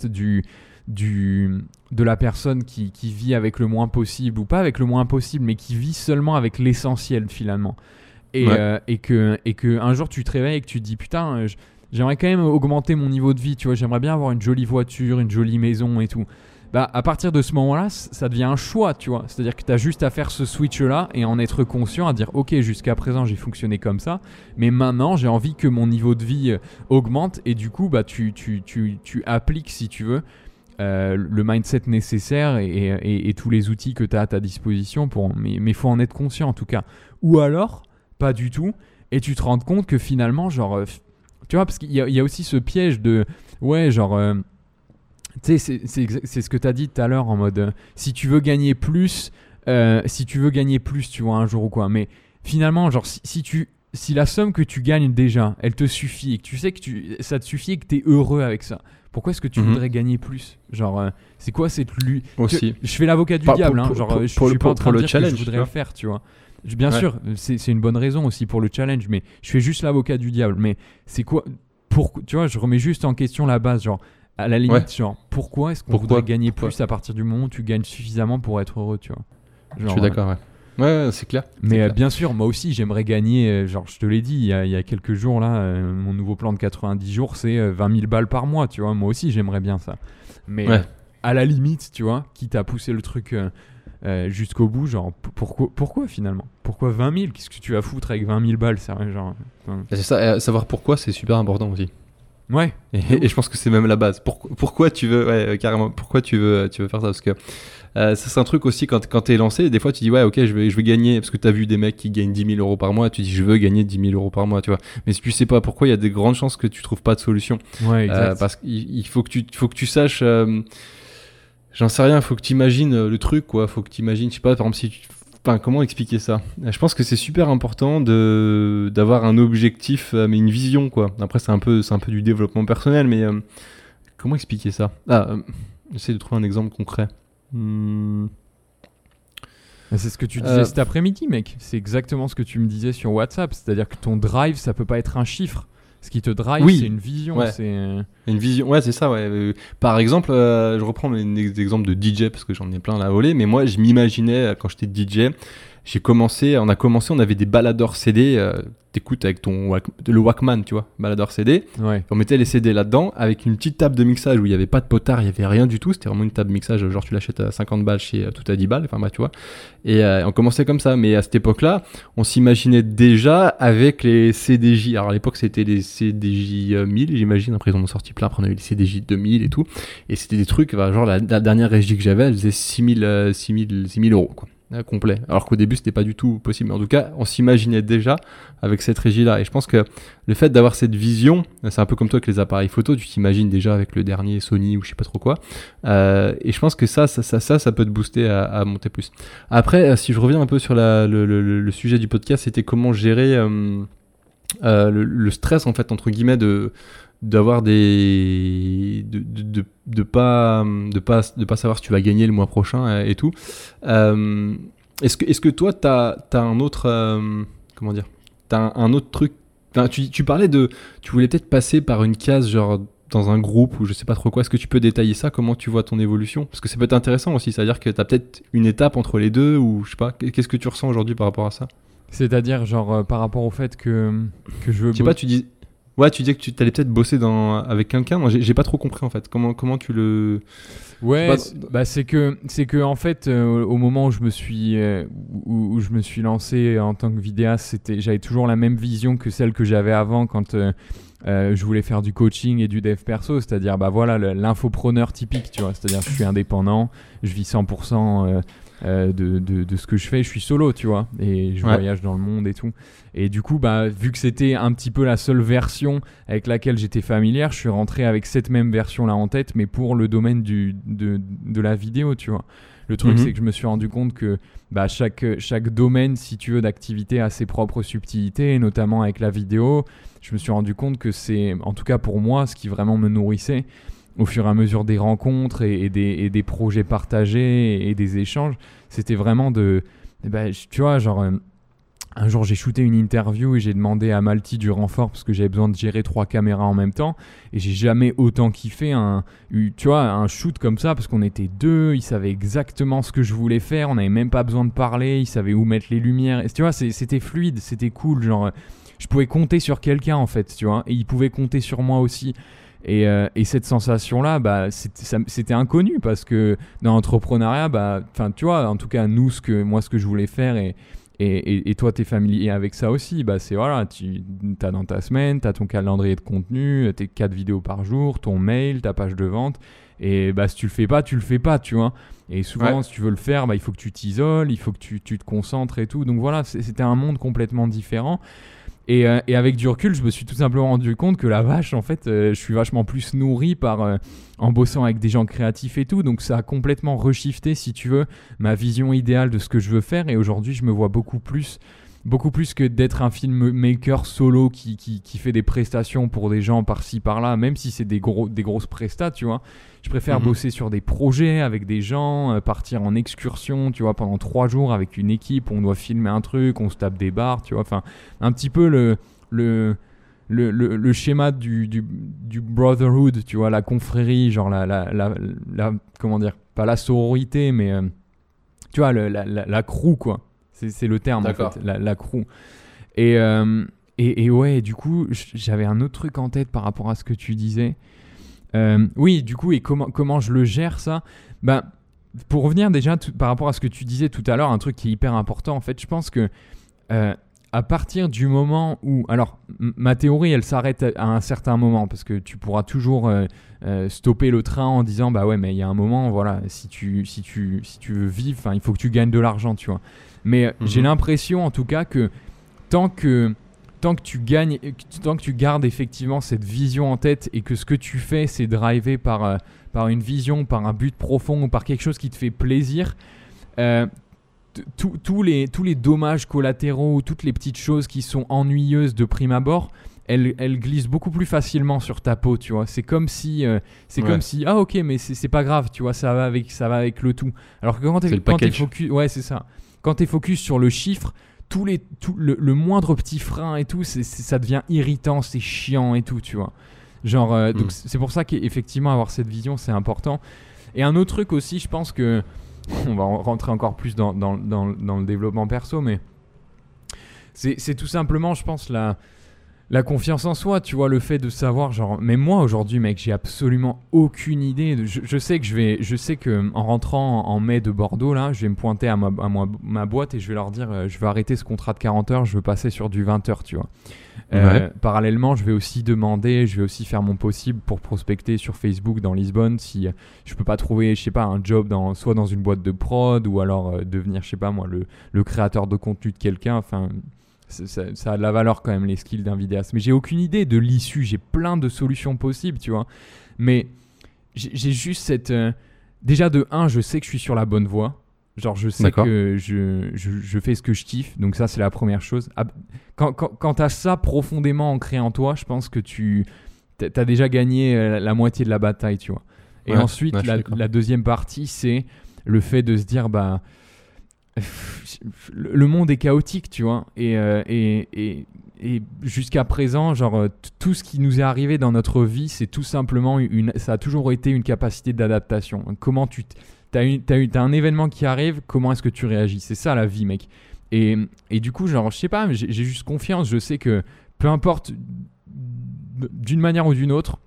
de la personne qui vit avec le moins possible, ou pas avec le moins possible, mais qui vit seulement avec l'essentiel finalement. Et que un jour tu te réveilles et que tu te dis putain, j'aimerais quand même augmenter mon niveau de vie, tu vois, j'aimerais bien avoir une jolie voiture, une jolie maison et tout. Bah à partir de ce moment-là, ça devient un choix, tu vois. C'est-à-dire que tu as juste à faire ce switch-là et en être conscient, à dire ok, jusqu'à présent j'ai fonctionné comme ça, mais maintenant j'ai envie que mon niveau de vie augmente et du coup bah tu appliques si tu veux le mindset nécessaire et tous les outils que tu as à ta disposition mais faut en être conscient en tout cas. Ou alors pas du tout et tu te rends compte que finalement genre tu vois, parce qu'il y a aussi ce piège de ouais genre tu sais, c'est ce que tu as dit tout à l'heure en mode si tu veux gagner plus, tu vois, un jour ou quoi. Mais finalement, genre, si la somme que tu gagnes déjà, elle te suffit et que tu sais que ça te suffit et que tu es heureux avec ça, pourquoi est-ce que tu voudrais gagner plus? Genre, c'est quoi cette lutte? Je fais l'avocat du diable, hein. Genre, je suis pas en train de dire que je voudrais le faire, tu vois. Bien sûr, c'est une bonne raison aussi pour le challenge, mais je fais juste l'avocat du diable. Mais c'est quoi? Tu vois, je remets juste en question la base, genre. À la limite, genre, pourquoi est-ce qu'on voudrait gagner plus à partir du moment où tu gagnes suffisamment pour être heureux, tu vois. Genre, je suis d'accord, ouais, c'est clair. Mais bien sûr, moi aussi, j'aimerais gagner, genre, je te l'ai dit, il y a quelques jours, là, mon nouveau plan de 90 jours, c'est 20 000 balles par mois, tu vois. Moi aussi, j'aimerais bien ça. Mais à la limite, tu vois, quitte à pousser le truc jusqu'au bout, genre, pourquoi finalement? Pourquoi 20 000? Qu'est-ce que tu vas foutre avec 20 000 balles, sérieux, genre, c'est ça, savoir pourquoi, c'est super important aussi. Ouais. Et je pense que c'est même la base. Pourquoi tu veux, carrément, pourquoi tu veux faire ça? Parce que ça c'est un truc aussi quand t'es lancé, des fois tu dis ouais ok je vais gagner, parce que t'as vu des mecs qui gagnent 10 000 euros par mois, tu dis je veux gagner 10 000 euros par mois, tu vois. Mais si tu sais pas pourquoi, il y a des grandes chances que tu trouves pas de solution. Ouais, exact. Parce qu'il faut que tu saches, j'en sais rien, faut que tu imagines le truc, quoi. Faut que tu imagines, je sais pas, par exemple comment expliquer ça? Je pense que c'est super important d'avoir un objectif, mais une vision, quoi. Après, c'est un peu du développement personnel, mais comment expliquer ça? J'essaie de trouver un exemple concret. C'est ce que tu disais cet après-midi, mec. C'est exactement ce que tu me disais sur WhatsApp. C'est-à-dire que ton drive, ça peut pas être un chiffre. Ce qui te drive, Oui. c'est une vision. Ouais. Une vision, ouais, c'est ça, ouais. Par exemple, je reprends mes exemples de DJ parce que j'en ai plein là à voler, mais moi, je m'imaginais quand j'étais DJ, on avait des baladeurs CD, t'écoutes avec le Walkman, tu vois, baladeur CD. Ouais. On mettait les CD là-dedans avec une petite table de mixage où il n'y avait pas de potard, il n'y avait rien du tout. C'était vraiment une table de mixage, genre tu l'achètes à 50 balles chez tout à 10 balles, enfin bah tu vois. Et on commençait comme ça, mais à cette époque-là, on s'imaginait déjà avec les CDJ. Alors à l'époque, c'était les CDJ 1000, j'imagine. Après, ils en ont sorti plein. Après, on a eu les CDJ 2000 et tout. Et c'était des trucs, genre la dernière régie que j'avais, elle faisait 6000 euros, quoi. Complet. Alors qu'au début, c'était pas du tout possible. Mais en tout cas, on s'imaginait déjà avec cette régie-là. Et je pense que le fait d'avoir cette vision, c'est un peu comme toi avec les appareils photo, tu t'imagines déjà avec le dernier Sony ou je sais pas trop quoi. Et je pense que ça peut te booster à monter plus. Après, si je reviens un peu sur le sujet du podcast, c'était comment gérer le stress, en fait, entre guillemets, d'avoir de pas savoir si tu vas gagner le mois prochain et tout. Est-ce que toi t'as un autre comment dire, t'as un autre truc, enfin, tu parlais tu voulais peut-être passer par une case genre dans un groupe ou je sais pas trop quoi. Est-ce que tu peux détailler ça, comment tu vois ton évolution, parce que ça peut être intéressant aussi, c'est-à-dire que t'as peut-être une étape entre les deux, ou je sais pas, qu'est-ce que tu ressens aujourd'hui par rapport à ça? C'est-à-dire, genre, par rapport au fait que je veux... Je sais pas, tu dis... Ouais, tu disais que tu allais peut-être bosser avec quelqu'un. Moi, j'ai pas trop compris, en fait. Comment tu le... Ouais, c'est que en fait, au moment où je me suis où je me suis lancé en tant que vidéaste, j'avais toujours la même vision que celle que j'avais avant quand je voulais faire du coaching et du dev perso, c'est-à-dire bah voilà l'infopreneur typique, tu vois, c'est-à-dire je suis indépendant, je vis 100% de ce que je fais, je suis solo, tu vois, et je voyage dans le monde et tout. Et du coup, bah, vu que c'était un petit peu la seule version avec laquelle j'étais familière, je suis rentré avec cette même version-là en tête, mais pour le domaine de la vidéo, tu vois. Le truc, c'est que je me suis rendu compte que bah, chaque domaine, si tu veux, d'activité a ses propres subtilités, et notamment avec la vidéo. Je me suis rendu compte que c'est, en tout cas pour moi, ce qui vraiment me nourrissait au fur et à mesure des rencontres et des projets partagés et des échanges, c'était vraiment tu vois, genre... un jour, j'ai shooté une interview et j'ai demandé à Malty du renfort parce que j'avais besoin de gérer 3 caméras en même temps. Et j'ai jamais autant kiffé un shoot comme ça parce qu'on était 2, il savait exactement ce que je voulais faire, on n'avait même pas besoin de parler, il savait où mettre les lumières. Et tu vois, c'était fluide, c'était cool. Genre, je pouvais compter sur quelqu'un en fait, tu vois, et il pouvait compter sur moi aussi. Et cette sensation-là, bah, c'était inconnu parce que dans l'entrepreneuriat, bah, tu vois, en tout cas, ce que je voulais faire et toi, tu es familier avec ça aussi. Bah, c'est voilà, tu as dans ta semaine, tu as ton calendrier de contenu, tes 4 vidéos par jour, ton mail, ta page de vente. Et bah, si tu le fais pas, tu vois. Et souvent, si tu veux le faire, bah, il faut que tu t'isoles, il faut que tu te concentres et tout. Donc voilà, c'était un monde complètement différent. Et avec du recul, je me suis tout simplement rendu compte que la vache, en fait, je suis vachement plus nourri en bossant avec des gens créatifs et tout. Donc ça a complètement reshifté, si tu veux, ma vision idéale de ce que je veux faire. Et aujourd'hui, je me vois beaucoup plus que d'être un filmmaker solo qui fait des prestations pour des gens par-ci par-là, même si c'est des grosses prestats, tu vois. Je préfère bosser sur des projets avec des gens, partir en excursion, tu vois, pendant 3 jours avec une équipe, on doit filmer un truc, on se tape des barres, tu vois. Enfin, un petit peu le schéma du brotherhood, tu vois, la confrérie, genre la comment dire, pas la sororité, mais tu vois, la crew, quoi. C'est le terme, en fait, la crew. Et ouais, du coup, j'avais un autre truc en tête par rapport à ce que tu disais. Oui, du coup, et comment je le gère, ça? Bah, pour revenir déjà par rapport à ce que tu disais tout à l'heure, un truc qui est hyper important, en fait, je pense que à partir du moment où... Alors, ma théorie, elle s'arrête à un certain moment, parce que tu pourras toujours stopper le train en disant, bah ouais, mais il y a un moment, voilà, si tu veux vivre, il faut que tu gagnes de l'argent, tu vois. Mais j'ai l'impression, en tout cas, que tant que tu gardes effectivement cette vision en tête et que ce que tu fais, c'est drivé par une vision, par un but profond ou par quelque chose qui te fait plaisir, tous les dommages collatéraux ou toutes les petites choses qui sont ennuyeuses de prime abord, elles glissent beaucoup plus facilement sur ta peau, tu vois. C'est comme si ah ok, mais c'est pas grave, tu vois, ça va avec le tout. Alors que quand t'es focus, ouais, c'est ça. Quand t'es focus sur le chiffre, le moindre petit frein et tout, ça devient irritant, c'est chiant et tout, tu vois. Genre, donc c'est pour ça qu'effectivement avoir cette vision c'est important. Et un autre truc aussi, je pense que on va rentrer encore plus dans le développement perso, mais c'est tout simplement, je pense, la confiance en soi, tu vois, le fait de savoir, genre, mais moi aujourd'hui, mec, j'ai absolument aucune idée. Je sais que en rentrant en mai de Bordeaux, là, je vais me pointer à ma boîte et je vais leur dire, je veux arrêter ce contrat de 40 heures, je veux passer sur du 20 heures, tu vois. Parallèlement, je vais aussi faire mon possible pour prospecter sur Facebook dans Lisbonne si je peux pas trouver, je sais pas, un job soit dans une boîte de prod ou alors devenir, je sais pas moi, le créateur de contenu de quelqu'un, enfin. Ça a de la valeur quand même les skills d'un vidéaste, mais j'ai aucune idée de l'issue, j'ai plein de solutions possibles, tu vois, mais j'ai juste cette déjà de 1, je sais que je suis sur la bonne voie, genre je sais que je fais ce que je kiffe, donc ça c'est la première chose. Quand t'as ça profondément ancré en toi, je pense que t'as déjà gagné la moitié de la bataille, tu vois. Et ensuite la deuxième partie, c'est le fait de se dire bah le monde est chaotique, tu vois, et jusqu'à présent, genre tout ce qui nous est arrivé dans notre vie, c'est tout simplement ça a toujours été une capacité d'adaptation. Comment t'as un événement qui arrive, comment est-ce que tu réagis? C'est ça la vie, mec. Et du coup, genre, je sais pas, j'ai juste confiance. Je sais que peu importe, d'une manière ou d'une autre,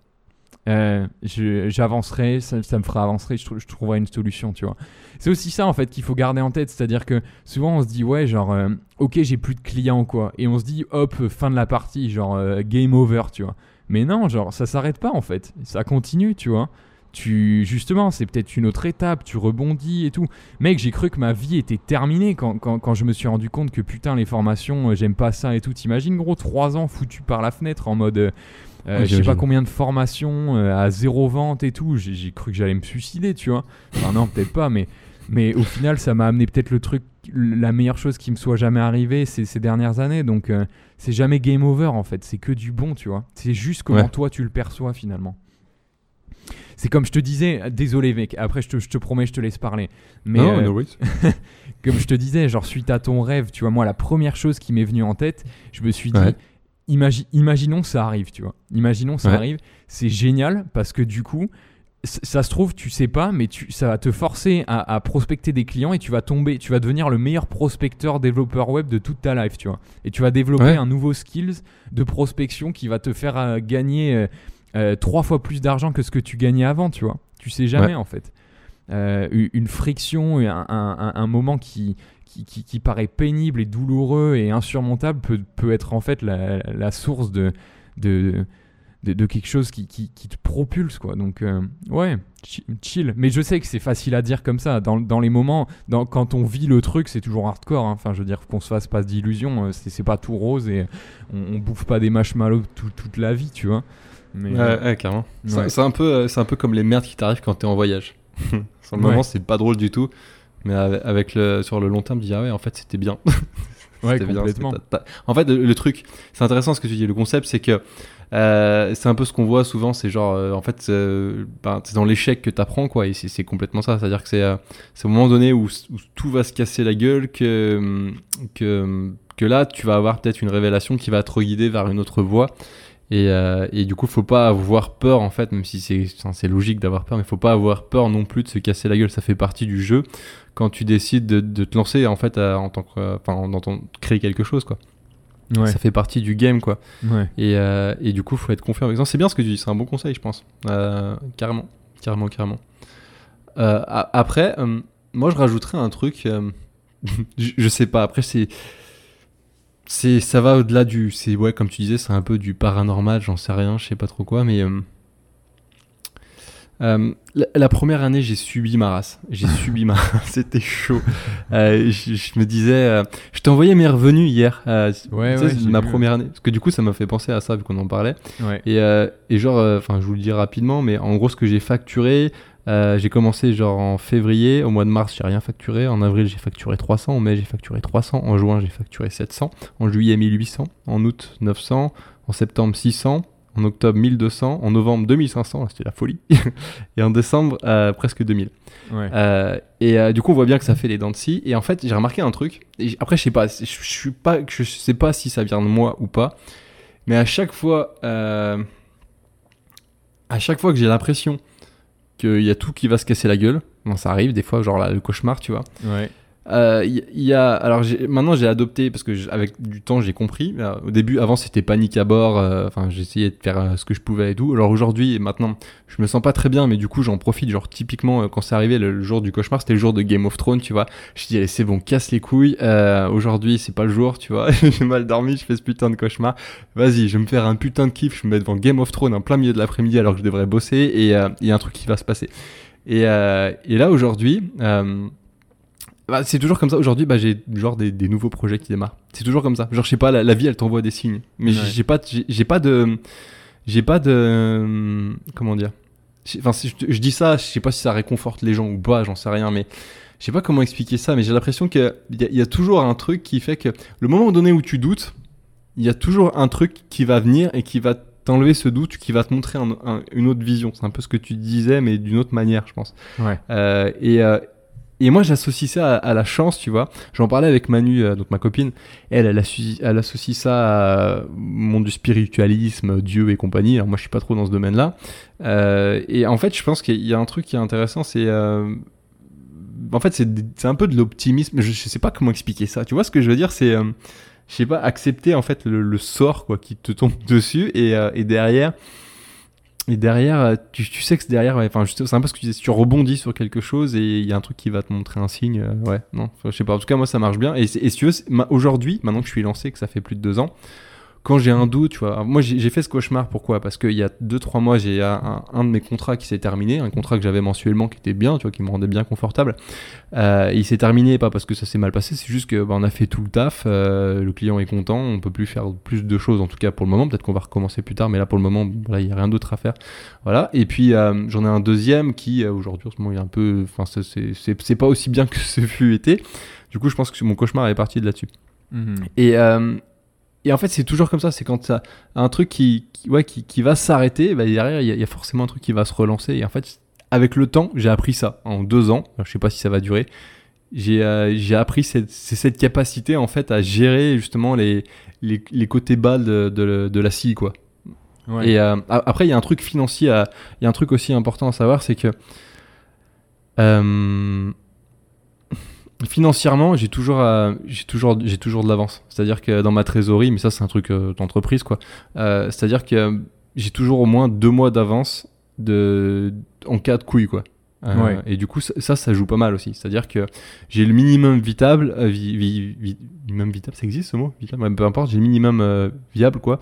j'avancerai, ça me fera avancer, je trouverai une solution, tu vois. C'est aussi ça en fait qu'il faut garder en tête, c'est-à-dire que souvent on se dit ouais genre ok j'ai plus de clients quoi, et on se dit hop fin de la partie, genre game over, tu vois. Mais non, genre ça s'arrête pas en fait, ça continue, tu vois. Justement c'est peut-être une autre étape, tu rebondis et tout. Mec, j'ai cru que ma vie était terminée quand je me suis rendu compte que putain les formations j'aime pas ça et tout. T'imagines gros 3 ans foutu par la fenêtre en mode je sais pas combien de formations à 0 vente et tout, j'ai cru que j'allais me suicider, tu vois. Enfin non, peut-être pas, mais au final ça m'a amené peut-être la meilleure chose qui me soit jamais arrivée ces dernières années, donc c'est jamais game over en fait, c'est que du bon, tu vois. C'est juste comment toi tu le perçois finalement. C'est comme je te disais, désolé mec, après je te promets je te laisse parler, mais comme je te disais, genre suite à ton rêve, tu vois, moi la première chose qui m'est venue en tête, je me suis dit imaginons ça arrive, tu vois. Imaginons ça arrive, c'est génial parce que du coup, ça se trouve, tu sais pas, mais ça va te forcer à prospecter des clients et tu vas devenir le meilleur prospecteur développeur web de toute ta life, tu vois. Et tu vas développer un nouveau skills de prospection qui va te faire gagner 3 fois plus d'argent que ce que tu gagnais avant, tu vois. Tu sais jamais en fait. Une friction, un moment qui paraît pénible et douloureux et insurmontable peut être en fait la source de quelque chose qui te propulse quoi. Donc chill. Mais je sais que c'est facile à dire comme ça dans les moments, quand on vit le truc, c'est toujours hardcore, hein. Enfin je veux dire qu'on se fasse pas d'illusions, c'est pas tout rose et on bouffe pas des marshmallows toute la vie, tu vois. Mais carrément. C'est un peu comme les merdes qui t'arrivent quand t'es en voyage. Sur le moment c'est pas drôle du tout, mais sur le long terme tu dis ah ouais en fait c'était bien. C'était complètement bien, en fait le truc, c'est intéressant ce que tu dis, le concept c'est que c'est un peu ce qu'on voit souvent, c'est genre en fait c'est dans l'échec que t'apprends quoi, et c'est complètement ça, c'est à dire que c'est au moment donné où tout va se casser la gueule que là tu vas avoir peut-être une révélation qui va te guider vers une autre voie. Et du coup, faut pas avoir peur en fait, même si c'est logique d'avoir peur, mais faut pas avoir peur non plus de se casser la gueule. Ça fait partie du jeu quand tu décides de te lancer en fait en tant que, créer quelque chose quoi. Ouais. Ça fait partie du game quoi. Ouais. Et du coup, faut être confiant avec ça. C'est bien ce que tu dis, c'est un bon conseil, je pense. Carrément. Après, moi, je rajouterais un truc. Je sais pas. Après, ça va au-delà comme tu disais, c'est un peu du paranormal, j'en sais rien, je sais pas trop quoi, mais la première année j'ai subi ma race, c'était chaud. Je me disais, je t'ai envoyé mes revenus hier, ma première année, parce que du coup ça m'a fait penser à ça vu qu'on en parlait, et genre, je vous le dis rapidement, mais en gros ce que j'ai facturé, j'ai commencé genre en février, au mois de mars j'ai rien facturé, en avril j'ai facturé 300, en mai j'ai facturé 300, en juin j'ai facturé 700, en juillet 1800, en août 900, en septembre 600, en octobre 1200, en novembre 2500, c'était la folie, et en décembre presque 2000. Ouais. Du coup, on voit bien que ça fait les dents de scie. Et en fait, j'ai remarqué un truc. Après, je sais pas si ça vient de moi ou pas, mais à chaque fois que j'ai l'impression qu'il y a tout qui va se casser la gueule, bon, ça arrive des fois, genre là, le cauchemar, tu vois. Ouais. Alors maintenant j'ai adopté parce que avec du temps j'ai compris. Au début, avant c'était panique à bord. Enfin, j'essayais de faire ce que je pouvais et tout. Alors aujourd'hui et maintenant, je me sens pas très bien, mais du coup j'en profite. Genre typiquement quand c'est arrivé le jour du cauchemar, c'était le jour de Game of Thrones, tu vois. Je dis allez c'est bon, casse les couilles. Aujourd'hui c'est pas le jour, tu vois. J'ai mal dormi, je fais ce putain de cauchemar. Vas-y, je vais me faire un putain de kiff. Je me mets devant Game of Thrones en plein milieu de l'après-midi alors que je devrais bosser et il y a un truc qui va se passer. Et là aujourd'hui. Bah, c'est toujours comme ça. Aujourd'hui, bah, j'ai genre des nouveaux projets qui démarrent. C'est toujours comme ça. Genre, je sais pas, la vie, elle t'envoie des signes. Mais Ouais. j'ai pas de, comment dire. Enfin, si je dis ça, je sais pas si ça réconforte les gens ou pas, j'en sais rien, mais je sais pas comment expliquer ça, mais j'ai l'impression qu'il y a toujours un truc qui fait que le moment donné où tu doutes, il y a toujours un truc qui va venir et qui va t'enlever ce doute, qui va te montrer une autre vision. C'est un peu ce que tu disais, mais d'une autre manière, je pense. Ouais. Et moi, j'associe ça à la chance, tu vois. J'en parlais avec Manu, donc ma copine. Elle associe ça au monde du spiritualisme, Dieu et compagnie. Alors moi, je suis pas trop dans ce domaine-là. Et en fait, je pense qu'il y a un truc qui est intéressant, c'est... en fait, c'est un peu de l'optimisme. Je sais pas comment expliquer ça. Tu vois ce que je veux dire, c'est... je sais pas, accepter en fait le sort quoi, qui te tombe dessus et derrière... Et derrière, tu sais que c'est derrière, ouais, enfin, c'est un peu ce que tu disais, si tu rebondis sur quelque chose et il y a un truc qui va te montrer un signe, ouais, non, je sais pas, en tout cas, moi ça marche bien. Et si tu veux, aujourd'hui, maintenant que je suis lancé, que ça fait plus de 2 ans, quand j'ai un doute, tu vois, moi j'ai fait ce cauchemar, pourquoi ? Parce qu'il y a 2-3 mois, j'ai un de mes contrats qui s'est terminé, un contrat que j'avais mensuellement qui était bien, tu vois, qui me rendait bien confortable. Et il s'est terminé, pas parce que ça s'est mal passé, c'est juste que on a fait tout le taf, le client est content, on peut plus faire plus de choses, en tout cas pour le moment, peut-être qu'on va recommencer plus tard, mais là pour le moment, voilà, il n'y a rien d'autre à faire. Voilà, et puis j'en ai un deuxième qui, aujourd'hui, en ce moment, il est un peu, enfin, c'est pas aussi bien que ce fut été. Du coup, je pense que mon cauchemar est parti de là-dessus. Mm-hmm. Et en fait, c'est toujours comme ça. C'est quand t'as un truc qui va s'arrêter, bah derrière, il y a forcément un truc qui va se relancer. Et en fait, avec le temps, j'ai appris ça. En 2 ans, alors, je sais pas si ça va durer, j'ai appris cette capacité, en fait, à gérer justement les côtés bas de la scie, quoi. Ouais. Et après, il y a un truc financier, il y a un truc aussi important à savoir, c'est que financièrement, j'ai toujours de l'avance. C'est-à-dire que dans ma trésorerie, mais ça c'est un truc d'entreprise quoi. C'est-à-dire que j'ai toujours au moins 2 mois d'avance en cas de couille quoi. Ouais. Et du coup ça joue pas mal aussi. C'est-à-dire que j'ai le minimum vitable, minimum vitable, ça existe ce mot vitable, peu importe, j'ai le minimum viable quoi.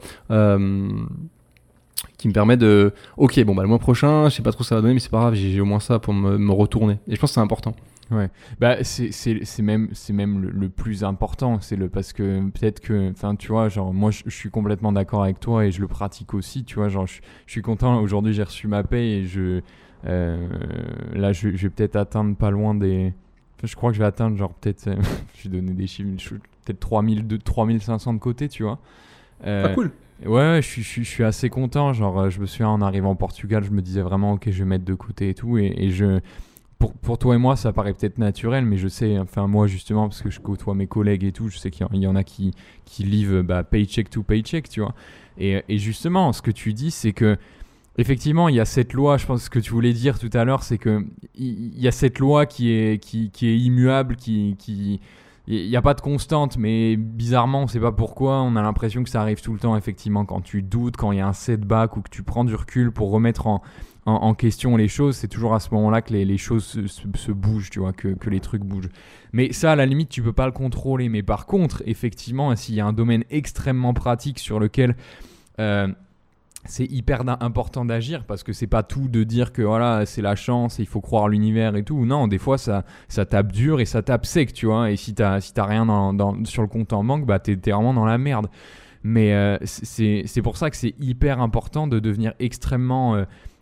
Qui me permet de ok bon bah le mois prochain je sais pas trop ça va donner mais c'est pas grave j'ai au moins ça pour me retourner et je pense que c'est important. Ouais, bah c'est même le plus important, parce que peut-être que, enfin tu vois, genre moi je suis complètement d'accord avec toi et je le pratique aussi, tu vois, genre je suis content, aujourd'hui j'ai reçu ma paye et là je vais peut-être atteindre pas loin des, enfin, je crois que je vais atteindre genre peut-être, je vais donner des chiffres, peut-être 3500 de côté, tu vois. Cool. Ouais, je suis assez content, genre je me souviens en arrivant au Portugal, je me disais vraiment ok je vais mettre de côté et tout et je... Pour toi et moi, ça paraît peut-être naturel, mais je sais, enfin moi justement, parce que je côtoie mes collègues et tout, je sais qu'il y en a qui vivent paycheck to paycheck, tu vois. Et justement, ce que tu dis, c'est que effectivement, il y a cette loi, je pense que ce que tu voulais dire tout à l'heure, c'est que il y a cette loi qui est immuable, il n'y a pas de constante, mais bizarrement, on ne sait pas pourquoi, on a l'impression que ça arrive tout le temps, effectivement, quand tu doutes, quand il y a un setback ou que tu prends du recul pour remettre en question les choses, c'est toujours à ce moment-là que les choses se bougent, tu vois, que les trucs bougent. Mais ça, à la limite, tu peux pas le contrôler. Mais par contre, effectivement, s'il y a un domaine extrêmement pratique sur lequel c'est hyper important d'agir, parce que c'est pas tout de dire que voilà, c'est la chance et il faut croire l'univers et tout. Non, des fois, ça tape dur et ça tape sec, tu vois. Et si t'as rien sur le compte en banque, bah t'es vraiment dans la merde. Mais c'est pour ça que c'est hyper important de devenir extrêmement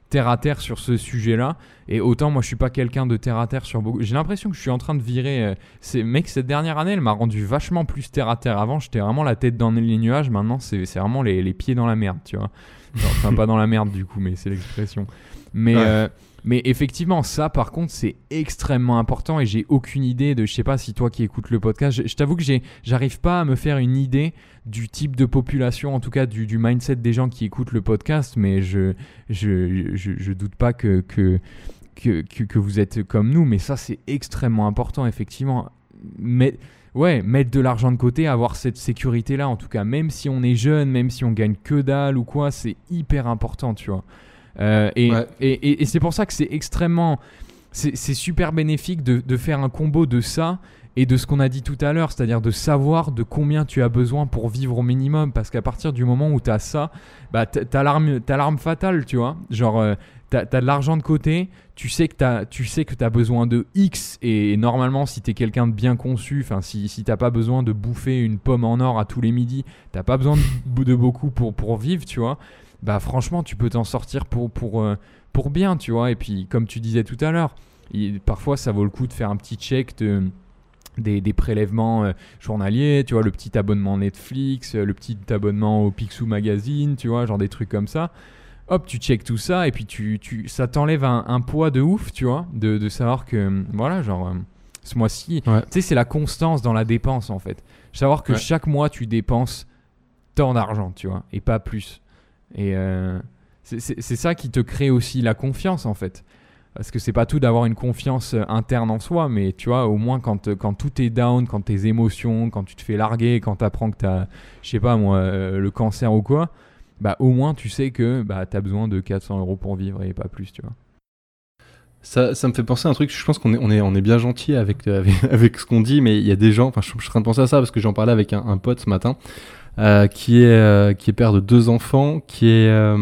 terre à terre sur ce sujet-là. Et autant moi je suis pas quelqu'un de terre à terre sur beaucoup. J'ai l'impression que je suis en train de virer. Cette dernière année, elle m'a rendu vachement plus terre à terre. Avant, j'étais vraiment la tête dans les nuages. Maintenant, c'est vraiment les pieds dans la merde, tu vois. Enfin, pas dans la merde du coup, mais c'est l'expression. Mais effectivement, ça par contre, c'est extrêmement important et j'ai aucune idée de. Je sais pas si toi qui écoutes le podcast, je t'avoue que j'arrive pas à me faire une idée du type de population, en tout cas du mindset des gens qui écoutent le podcast, mais je doute pas que vous êtes comme nous, mais ça c'est extrêmement important effectivement. Mais mettre de l'argent de côté, avoir cette sécurité là, en tout cas, même si on est jeune, même si on gagne que dalle ou quoi, c'est hyper important, tu vois. Et c'est pour ça que c'est extrêmement, c'est super bénéfique de faire un combo de ça et de ce qu'on a dit tout à l'heure, c'est-à-dire de savoir de combien tu as besoin pour vivre au minimum, parce qu'à partir du moment où tu as ça, bah t'as l'arme fatale, tu vois, genre t'as de l'argent de côté, tu sais que t'as besoin de X, et normalement si t'es quelqu'un de bien conçu, enfin si t'as pas besoin de bouffer une pomme en or à tous les midis, t'as pas besoin de beaucoup pour vivre, tu vois. Bah franchement tu peux t'en sortir pour bien, tu vois. Et puis comme tu disais tout à l'heure, parfois ça vaut le coup de faire un petit check des prélèvements journaliers, tu vois, le petit abonnement Netflix, le petit abonnement au Picsou Magazine, tu vois, genre des trucs comme ça. Hop, tu check tout ça et puis ça t'enlève un poids de ouf, tu vois, de savoir que voilà, genre ce mois-ci, tu sais, c'est la constance dans la dépense en fait. Savoir que chaque mois tu dépenses tant d'argent, tu vois, et pas plus. Et c'est ça qui te crée aussi la confiance en fait, parce que c'est pas tout d'avoir une confiance interne en soi, mais tu vois, au moins quand tout est down, quand tes émotions, quand tu te fais larguer, quand t'apprends que t'as, je sais pas moi, le cancer ou quoi, bah au moins tu sais que bah t'as besoin de 400 € pour vivre et pas plus, tu vois. Ça me fait penser à un truc. Je pense qu'on est bien gentil avec ce qu'on dit, mais il y a des gens, enfin je suis en train de penser à ça parce que j'en parlais avec un pote ce matin. Qui est père de 2 enfants, qui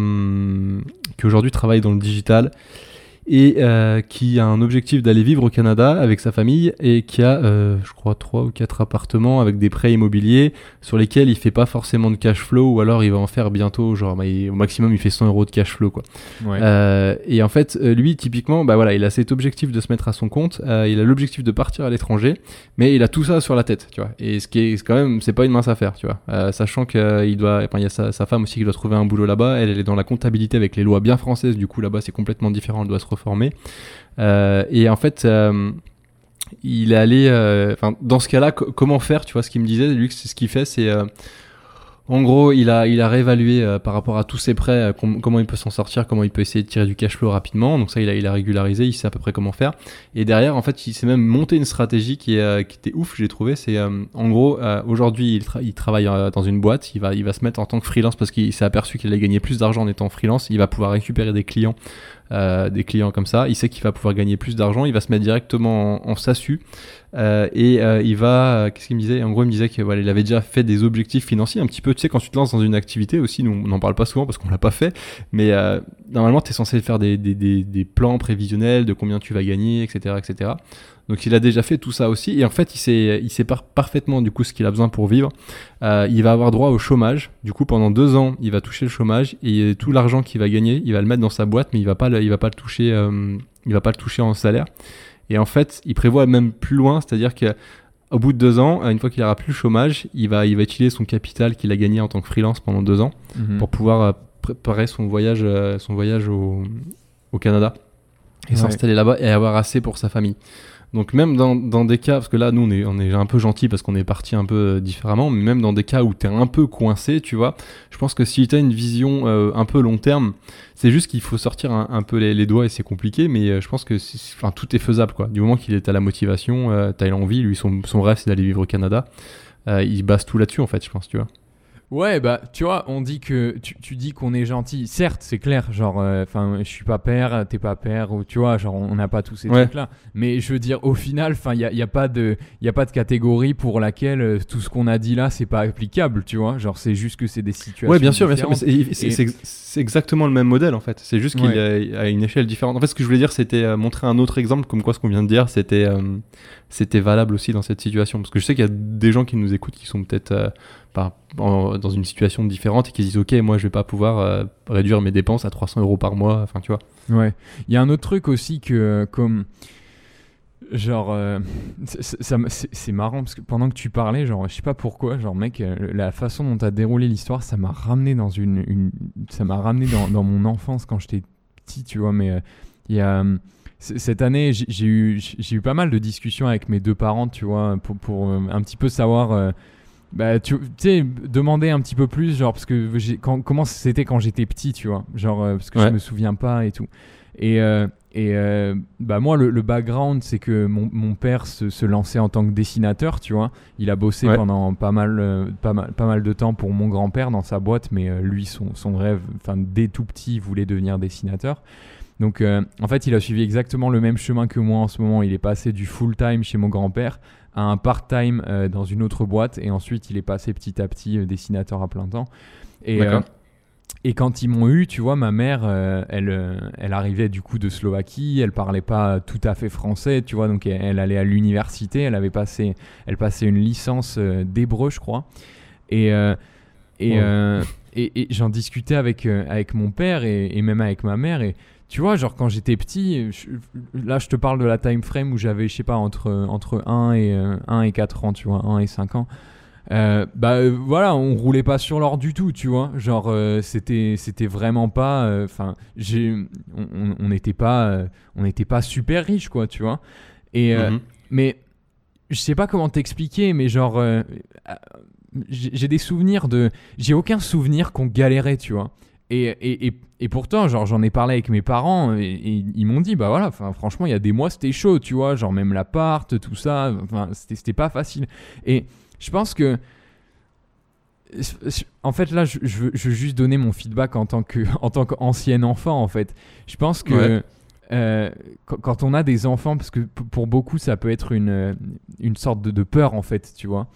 aujourd'hui travaille dans le digital et qui a un objectif d'aller vivre au Canada avec sa famille et qui a, je crois, 3 ou 4 appartements avec des prêts immobiliers sur lesquels il fait pas forcément de cash flow, ou alors il va en faire bientôt, genre au maximum il fait 100 € de cash flow, quoi. Ouais. Et en fait, lui typiquement, bah voilà, il a cet objectif de se mettre à son compte, il a l'objectif de partir à l'étranger, mais il a tout ça sur la tête, tu vois. Et ce qui est quand même, c'est pas une mince affaire, tu vois. Sachant qu'il il y a sa femme aussi qui doit trouver un boulot là-bas. Elle est dans la comptabilité avec les lois bien françaises. Du coup, là-bas, c'est complètement différent. Elle doit se reformer. Et en fait, il est allé. Dans ce cas-là, comment faire, tu vois, ce qu'il me disait, lui, c'est ce qu'il fait, c'est. En gros, il a réévalué par rapport à tous ses prêts, comment il peut s'en sortir, comment il peut essayer de tirer du cash flow rapidement. Donc ça, il a régularisé, il sait à peu près comment faire. Et derrière, en fait, il s'est même monté une stratégie qui était ouf, j'ai trouvé. C'est en gros, aujourd'hui, il travaille dans une boîte. Il va se mettre en tant que freelance parce qu'il s'est aperçu qu'il allait gagner plus d'argent en étant freelance. Il va pouvoir récupérer des clients comme ça. Il sait qu'il va pouvoir gagner plus d'argent. Il va se mettre directement en SASU. Il va, qu'est-ce qu'il me disait ? En gros, il me disait que voilà, il avait déjà fait des objectifs financiers un petit peu. Tu sais, quand tu te lances dans une activité aussi, nous on n'en parle pas souvent parce qu'on l'a pas fait, mais normalement, tu es censé faire des plans prévisionnels de combien tu vas gagner, etc., etc. Donc, il a déjà fait tout ça aussi. Et en fait, il sait parfaitement du coup ce qu'il a besoin pour vivre. Il va avoir droit au chômage. Du coup, pendant 2 ans, il va toucher le chômage et tout l'argent qu'il va gagner, il va le mettre dans sa boîte, mais il va pas le toucher. Il va pas le toucher en salaire. Et en fait, il prévoit même plus loin, c'est-à-dire qu'au bout de 2 ans, une fois qu'il n'aura plus le chômage, il va utiliser son capital qu'il a gagné en tant que freelance pendant 2 ans pour pouvoir préparer son voyage au Canada et s'installer là-bas et avoir assez pour sa famille. Donc même dans des cas, parce que là nous on est un peu gentil parce qu'on est parti un peu différemment, mais même dans des cas où t'es un peu coincé, tu vois, je pense que si t'as une vision un peu long terme, c'est juste qu'il faut sortir un peu les doigts et c'est compliqué, mais je pense que tout est faisable, quoi. Du moment qu'il est à la motivation, t'as l'envie, lui son rêve c'est d'aller vivre au Canada, il base tout là-dessus en fait, je pense, tu vois. Ouais, bah, tu vois, on dit que tu dis qu'on est gentil. Certes, c'est clair, genre, je suis pas père, t'es pas père, ou tu vois, genre, on n'a pas tous ces trucs-là. Mais je veux dire, au final, il y a pas de catégorie pour laquelle tout ce qu'on a dit là, c'est pas applicable, tu vois. Genre, c'est juste que c'est des situations. Ouais, bien sûr, mais c'est exactement le même modèle, en fait. C'est juste qu'il est à une échelle différente. En fait, ce que je voulais dire, c'était montrer un autre exemple, comme quoi ce qu'on vient de dire, c'était c'était valable aussi dans cette situation. Parce que je sais qu'il y a des gens qui nous écoutent qui sont peut-être dans une situation différente et qui se disent ok, moi je vais pas pouvoir réduire mes dépenses à 300 € par mois, enfin tu vois. Ouais. Il y a un autre truc aussi que comme genre c'est marrant parce que pendant que tu parlais, genre je sais pas pourquoi, genre mec, la façon dont t'as déroulé l'histoire, ça m'a ramené dans ça m'a ramené dans mon enfance quand j'étais petit, tu vois. Mais il y a cette année, j'ai eu pas mal de discussions avec mes 2 parents, tu vois, pour un petit peu savoir. Bah, tu sais, demander un petit peu plus, genre, parce que comment c'était quand j'étais petit, tu vois, genre, parce que je me souviens pas et tout. Bah, moi, le background, c'est que mon père se lançait en tant que dessinateur, tu vois. Il a bossé pendant pas mal de temps pour mon grand-père dans sa boîte, mais lui, son rêve, enfin, dès tout petit, il voulait devenir dessinateur. Donc, en fait, il a suivi exactement le même chemin que moi en ce moment. Il est passé du full-time chez mon grand-père à un part-time dans une autre boîte, et ensuite il est passé petit à petit dessinateur à plein temps. Et quand ils m'ont eu, tu vois, ma mère, elle arrivait du coup de Slovaquie, elle parlait pas tout à fait français, tu vois, donc elle allait à l'université, elle passait une licence d'hébreu, je crois. Et j'en discutais avec mon père et même avec ma mère, et tu vois, genre quand j'étais petit, là je te parle de la time frame où j'avais, je sais pas, entre 1 et 4 ans, tu vois, 1 et 5 ans. Voilà, on roulait pas sur l'or du tout, tu vois. Genre, c'était vraiment pas. Enfin, on n'était pas super riche, quoi, tu vois. Mais je sais pas comment t'expliquer, mais genre, j'ai des souvenirs j'ai aucun souvenir qu'on galérait, tu vois. Et pourtant, genre, j'en ai parlé avec mes parents et ils m'ont dit, bah voilà, franchement, il y a des mois, c'était chaud, tu vois, genre même l'appart, tout ça, enfin, c'était pas facile. Et je pense que, en fait, là, je veux juste donner mon feedback en tant qu'ancien enfant, en fait. Je pense que quand on a des enfants, parce que pour beaucoup, ça peut être une sorte de peur, en fait, tu vois.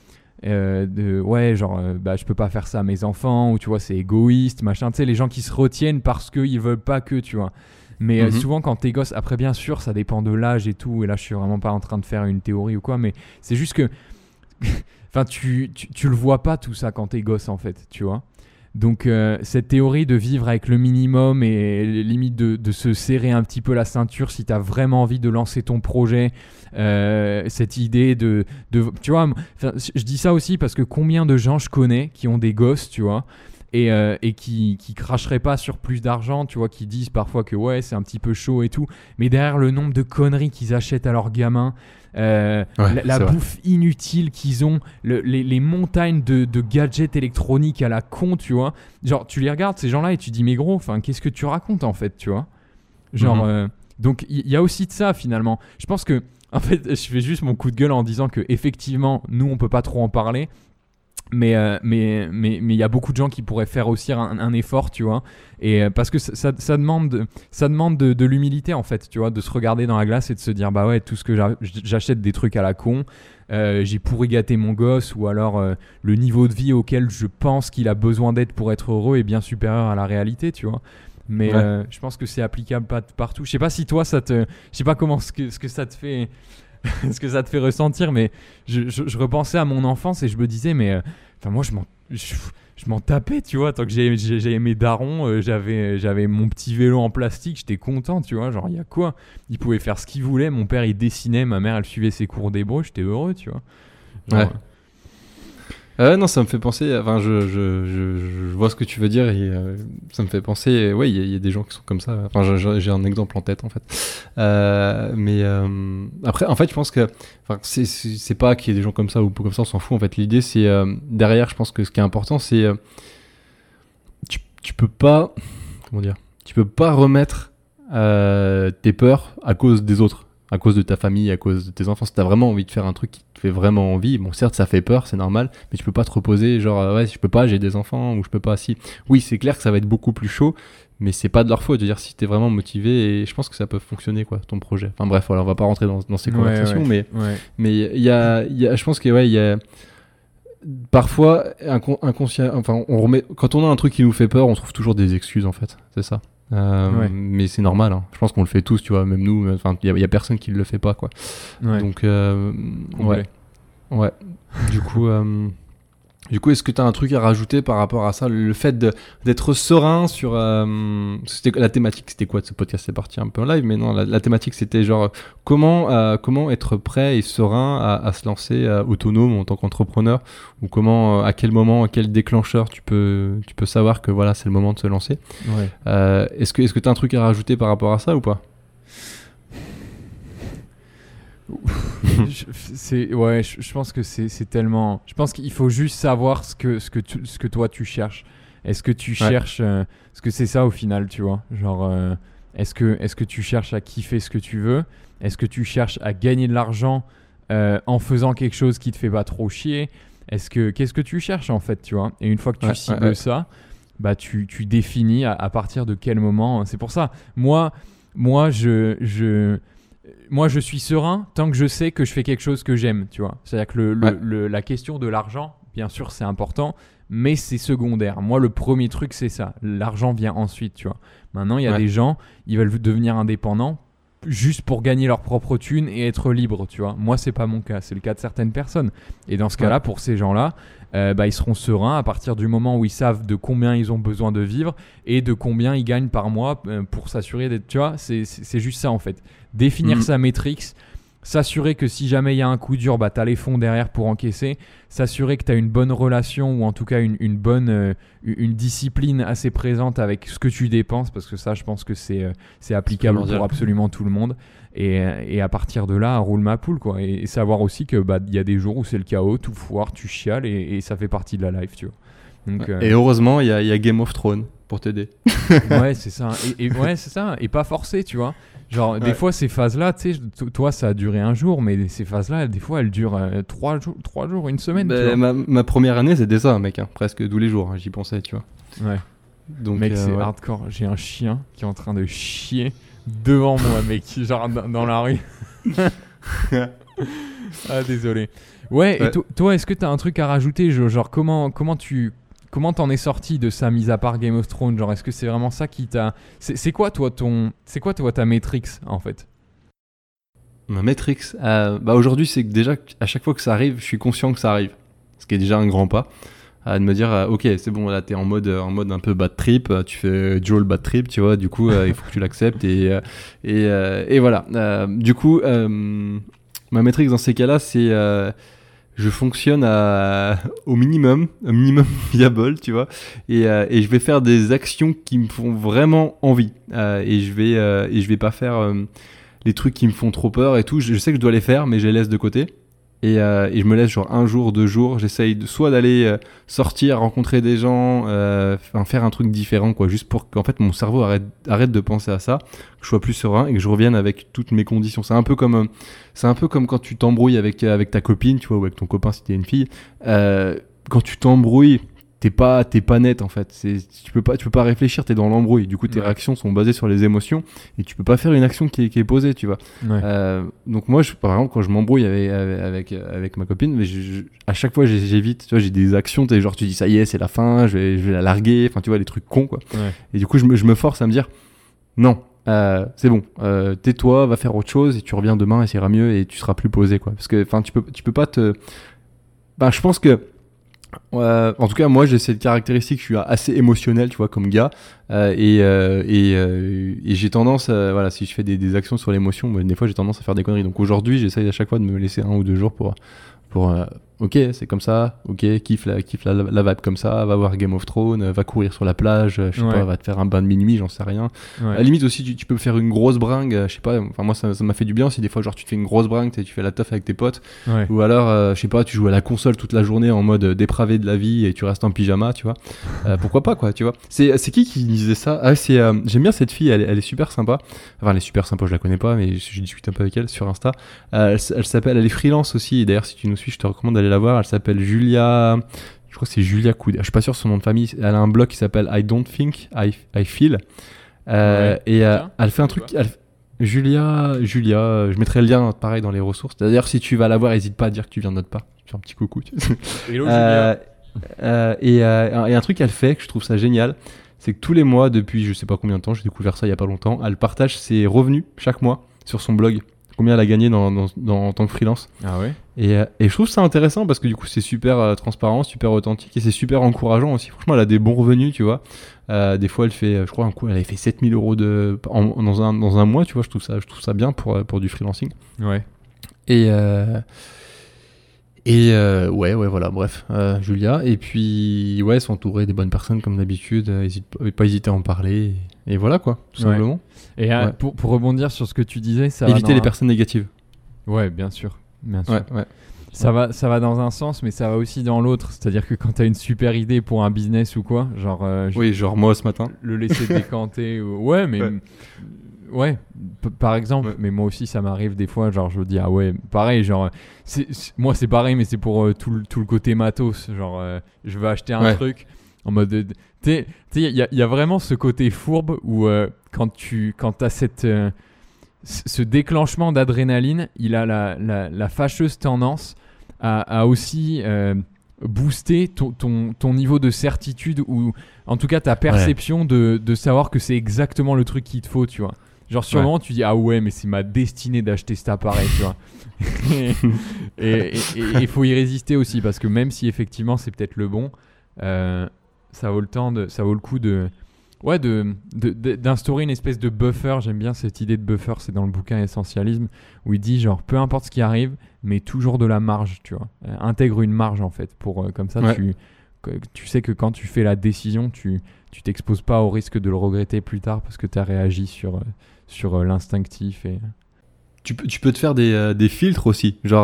Je peux pas faire ça à mes enfants, ou tu vois, c'est égoïste, machin, tu sais, les gens qui se retiennent parce qu'ils veulent pas que, tu vois. Mais souvent quand t'es gosse, après bien sûr ça dépend de l'âge et tout, et là je suis vraiment pas en train de faire une théorie ou quoi, mais c'est juste que enfin tu le vois pas tout ça quand t'es gosse, en fait, tu vois. Donc cette théorie de vivre avec le minimum et limite de se serrer un petit peu la ceinture si t'as vraiment envie de lancer ton projet, cette idée de tu vois, je dis ça aussi parce que combien de gens je connais qui ont des gosses, tu vois, et qui cracheraient pas sur plus d'argent, tu vois, qui disent parfois que ouais c'est un petit peu chaud et tout, mais derrière le nombre de conneries qu'ils achètent à leurs gamins, la bouffe inutile qu'ils ont, les montagnes de gadgets électroniques à la con, tu vois, genre tu les regardes ces gens-là et tu dis mais gros, enfin qu'est-ce que tu racontes, en fait, tu vois, genre donc il y a aussi de ça finalement. Je pense que en fait je fais juste mon coup de gueule en disant que effectivement nous on peut pas trop en parler, mais il y a beaucoup de gens qui pourraient faire aussi un effort, tu vois, et parce que ça demande de l'humilité, en fait, tu vois, de se regarder dans la glace et de se dire bah ouais, tout ce que j'achète des trucs à la con, j'ai pourri gâter mon gosse, ou alors le niveau de vie auquel je pense qu'il a besoin d'être pour être heureux est bien supérieur à la réalité, tu vois. Mais je pense que c'est applicable partout. Je sais pas si toi je sais pas comment ce que ça te fait ce que ça te fait ressentir, mais je repensais à mon enfance et je me disais mais moi je m'en tapais, tu vois, tant que j'ai mes darons, j'avais mon petit vélo en plastique, j'étais content, tu vois, genre il y a quoi, il pouvait faire ce qu'il voulait, mon père il dessinait, ma mère elle suivait ses cours d'hébreu, j'étais heureux, tu vois, genre, non, ça me fait penser, enfin je vois ce que tu veux dire, et ça me fait penser, ouais, il y a des gens qui sont comme ça, enfin j'ai un exemple en tête, en fait, mais après en fait je pense que c'est pas qu'il y ait des gens comme ça ou comme ça, on s'en fout, en fait. L'idée c'est derrière, je pense que ce qui est important c'est tu peux pas, comment dire, tu peux pas remettre tes peurs à cause des autres, à cause de ta famille, à cause de tes enfants. Si t'as vraiment envie de faire un truc qui te fait vraiment envie, bon certes ça fait peur, c'est normal, mais tu peux pas te reposer genre ouais, je peux pas, j'ai des enfants, ou je peux pas, si. Oui, c'est clair que ça va être beaucoup plus chaud, mais c'est pas de leur faute. De dire, si t'es vraiment motivé, et je pense que ça peut fonctionner, quoi, ton projet. Enfin bref, voilà, on va pas rentrer dans ces conversations, mais il y a, je pense que ouais, il y a parfois inconscient, enfin on remet, quand on a un truc qui nous fait peur, on trouve toujours des excuses, en fait, c'est ça. Mais c'est normal, hein. Je pense qu'on le fait tous, tu vois, même nous, enfin, il y a personne qui le fait pas, quoi. Donc, ouais. Du coup, est-ce que tu as un truc à rajouter par rapport à ça, le fait d'être serein sur... la thématique, c'était quoi de ce podcast? C'est parti un peu en live, mais non, la thématique, c'était genre comment être prêt et serein à se lancer autonome en tant qu'entrepreneur, ou comment, à quel moment, à quel déclencheur tu peux savoir que voilà, c'est le moment de se lancer. Est-ce que tu as un truc à rajouter par rapport à ça ou pas? Je pense que c'est tellement. Je pense qu'il faut juste savoir ce que toi tu cherches. Est-ce que tu cherches. Est-ce que c'est ça au final, tu vois? Genre, est-ce que tu cherches à kiffer ce que tu veux? Est-ce que tu cherches à gagner de l'argent en faisant quelque chose qui te fait pas trop chier? Qu'est-ce que tu cherches en fait, tu vois? Et une fois que tu cibles ça, bah tu définis à partir de quel moment. C'est pour ça. Moi, je suis serein tant que je sais que je fais quelque chose que j'aime, tu vois. C'est-à-dire que la question de l'argent, bien sûr, c'est important, mais c'est secondaire. Moi, le premier truc, c'est ça. L'argent vient ensuite, tu vois. Maintenant, il y a des gens, ils veulent devenir indépendants juste pour gagner leur propre thune et être libre, tu vois. Moi, c'est pas mon cas. C'est le cas de certaines personnes. Et dans ce cas-là, pour ces gens-là, ils seront sereins à partir du moment où ils savent de combien ils ont besoin de vivre et de combien ils gagnent par mois pour s'assurer d'être, tu vois, c'est juste ça en fait. Définir sa métrique, s'assurer que si jamais il y a un coup dur, bah, tu as les fonds derrière pour encaisser, s'assurer que tu as une bonne relation ou en tout cas une bonne une discipline assez présente avec ce que tu dépenses, parce que ça, je pense que c'est applicable pour absolument tout le monde. Et à partir de là, roule ma poule, quoi. Et savoir aussi que y a des jours où c'est le chaos, tout foire, tu chiales et ça fait partie de la life, tu vois. Donc, et heureusement, il y a Game of Thrones pour t'aider. Ouais, c'est ça. Ouais, c'est ça. Et pas forcé, tu vois. Genre, des fois, ces phases-là, tu sais, toi, ça a duré un jour, mais ces phases-là, des fois, elles durent 3 jours, une semaine. Tu vois. Ma première année, c'était ça, mec, hein, presque tous les jours, hein, j'y pensais, tu vois. Ouais. Donc, mec, c'est hardcore. J'ai un chien qui est en train de chier devant moi, mec, genre dans la rue. Ah, désolé. Ouais, et toi, est-ce que t'as un truc à rajouter, genre, comment t'en es sorti de ça, mis à part Game of Thrones? Genre, est-ce que c'est vraiment ça qui t'a... C'est quoi, toi, ta matrix, en fait? Ma matrix aujourd'hui, c'est que déjà, à chaque fois que ça arrive, je suis conscient que ça arrive. Ce qui est déjà un grand pas. De me dire, ok, c'est bon, là, t'es en mode un peu bad trip. Tu fais Joel bad trip, tu vois. Du coup, il faut que tu l'acceptes. Et voilà. Du coup, ma matrix dans ces cas-là, c'est... je fonctionne au minimum, un minimum viable, tu vois, et je vais faire des actions qui me font vraiment envie, et je vais pas faire les trucs qui me font trop peur et tout. Je sais que je dois les faire, mais je les laisse de côté, et je me laisse genre 1 jour, 2 jours. J'essaye soit d'aller sortir, rencontrer des gens, faire un truc différent, quoi, juste pour qu'en fait mon cerveau arrête de penser à ça, que je sois plus serein et que je revienne avec toutes mes conditions. C'est un peu comme quand tu t'embrouilles avec ta copine, tu vois, ou avec ton copain si t'es une fille. Quand tu t'embrouilles, t'es pas net en fait. Tu peux pas réfléchir, t'es dans l'embrouille. Du coup, tes réactions sont basées sur les émotions et tu peux pas faire une action qui est posée, tu vois. Donc moi, par exemple, quand je m'embrouille avec ma copine, mais à chaque fois j'évite. Tu vois, j'ai des actions, genre tu dis ça y est, c'est la fin, je vais la larguer. Enfin, tu vois, des trucs cons, quoi. Et du coup, je me force à me dire non. C'est bon, tais-toi, va faire autre chose et tu reviens demain et ça ira mieux et tu seras plus posé, quoi. Parce que tu peux pas te... je pense que en tout cas, moi j'ai cette caractéristique, je suis assez émotionnel, tu vois, comme gars, et j'ai tendance voilà, si je fais des actions sur l'émotion, des fois j'ai tendance à faire des conneries. Donc aujourd'hui, j'essaye à chaque fois de me laisser 1 ou 2 jours pour ok, c'est comme ça, ok, kiffe la vibe comme ça, va voir Game of Thrones, va courir sur la plage, je sais pas, va te faire un bain de minuit, j'en sais rien. À la limite aussi, tu peux faire une grosse bringue, je sais pas, enfin moi ça m'a fait du bien aussi, des fois, genre tu te fais une grosse bringue, tu fais la teuf avec tes potes, ou alors, je sais pas, tu joues à la console toute la journée en mode dépravé de la vie et tu restes en pyjama, tu vois. Pourquoi pas, quoi, tu vois. C'est qui disait ça? J'aime bien cette fille, elle est super sympa. Enfin, elle est super sympa, je la connais pas, mais je discute un peu avec elle sur Insta. Elle est freelance aussi, et d'ailleurs, si tu nous suis, je te recommande d'aller la voir. Elle s'appelle Julia, je crois que c'est Julia Coude, je suis pas sûr de son nom de famille. Elle a un blog qui s'appelle I Don't Think I Feel, et elle fait un truc, Julia, je mettrai le lien pareil dans les ressources. D'ailleurs, si tu vas la voir, n'hésite pas à dire que tu viens de notre part, tu fais un petit coucou. Hello Julia. Et un truc qu'elle fait, que je trouve ça génial, c'est que tous les mois, depuis je sais pas combien de temps, j'ai découvert ça il y a pas longtemps, elle partage ses revenus chaque mois sur son blog. Combien elle a gagné en tant que freelance. Ah ouais. Et je trouve ça intéressant parce que du coup c'est super transparent, super authentique et c'est super encourageant aussi. Franchement, elle a des bons revenus, tu vois. Des fois, elle fait, je crois, un coup, elle avait fait 7 000 € dans un mois, tu vois. Je trouve ça bien pour du freelancing. Ouais. Et ouais, voilà, bref, Julia. Et puis, ouais, s'entourer des bonnes personnes comme d'habitude, pas hésiter à en parler. Et voilà, quoi, tout simplement. Et Ouais. pour rebondir sur ce que tu disais, ça Éviter va les personnes négatives. Ouais, bien sûr. Bien sûr. Ouais. Ça va dans un sens, mais ça va aussi dans l'autre. C'est-à-dire que quand tu as une super idée pour un business ou quoi, genre. Oui, genre moi ce matin. Le laisser décanter. Ouais, mais. Ouais, par exemple. Ouais. Mais moi aussi, ça m'arrive des fois. Genre, je me dis, ah ouais, pareil. Genre, moi, c'est pareil, mais c'est pour tout le côté matos. Genre, je veux acheter un truc en mode. Tu sais, il y a vraiment ce côté fourbe où quand t'as ce déclenchement d'adrénaline, il a la fâcheuse tendance à aussi booster ton niveau de certitude ou en tout cas ta perception de savoir que c'est exactement le truc qu'il te faut, tu vois. Genre sur le moment tu dis ah ouais mais c'est ma destinée d'acheter cet appareil, tu vois. et il faut y résister aussi parce que même si effectivement c'est peut-être le bon, ça vaut le coup d'instaurer une espèce de buffer. J'aime bien cette idée de buffer, c'est dans le bouquin Essentialisme où il dit genre peu importe ce qui arrive mais toujours de la marge, tu vois. Intègre une marge en fait pour comme ça tu sais que quand tu fais la décision tu t'exposes pas au risque de le regretter plus tard parce que tu as réagi sur l'instinctif et Tu peux te faire des filtres aussi, genre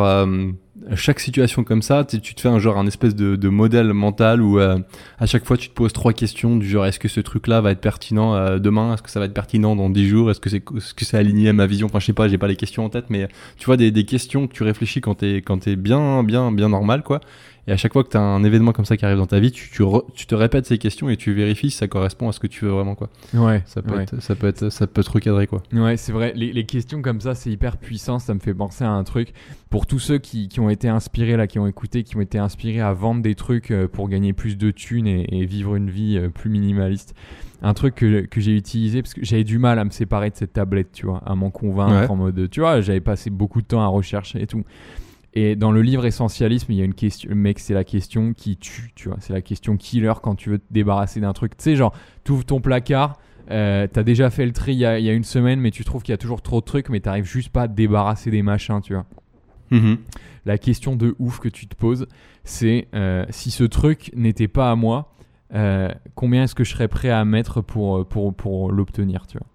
à chaque situation comme ça, tu te fais un espèce de modèle mental où à chaque fois tu te poses 3 questions du genre est-ce que ce truc-là va être pertinent demain, est-ce que ça va être pertinent dans 10 jours, est-ce que c'est aligné à ma vision, enfin je sais pas, j'ai pas les questions en tête, mais tu vois des questions que tu réfléchis quand t'es bien normal quoi. Et à chaque fois que tu as un événement comme ça qui arrive dans ta vie, tu te répètes ces questions et tu vérifies si ça correspond à ce que tu veux vraiment, quoi. Ouais. Ça peut te recadrer, quoi. Ouais, c'est vrai. Les questions comme ça, c'est hyper puissant. Ça me fait penser à un truc. Pour tous ceux qui ont été inspirés, là, qui ont écouté, qui ont été inspirés à vendre des trucs pour gagner plus de thunes et vivre une vie plus minimaliste. Un truc que j'ai utilisé parce que j'avais du mal à me séparer de cette tablette, tu vois, à m'en convaincre en mode, tu vois, j'avais passé beaucoup de temps à rechercher et tout. Et dans le livre Essentialisme, il y a une question, mec, c'est la question qui tue, tu vois. C'est la question killer quand tu veux te débarrasser d'un truc. Tu sais, genre, tu ouvres ton placard, t'as déjà fait le tri il y a une semaine, mais tu trouves qu'il y a toujours trop de trucs, mais t'arrives juste pas à te débarrasser des machins, tu vois. Mm-hmm. La question de ouf que tu te poses, c'est si ce truc n'était pas à moi, combien est-ce que je serais prêt à mettre pour l'obtenir, tu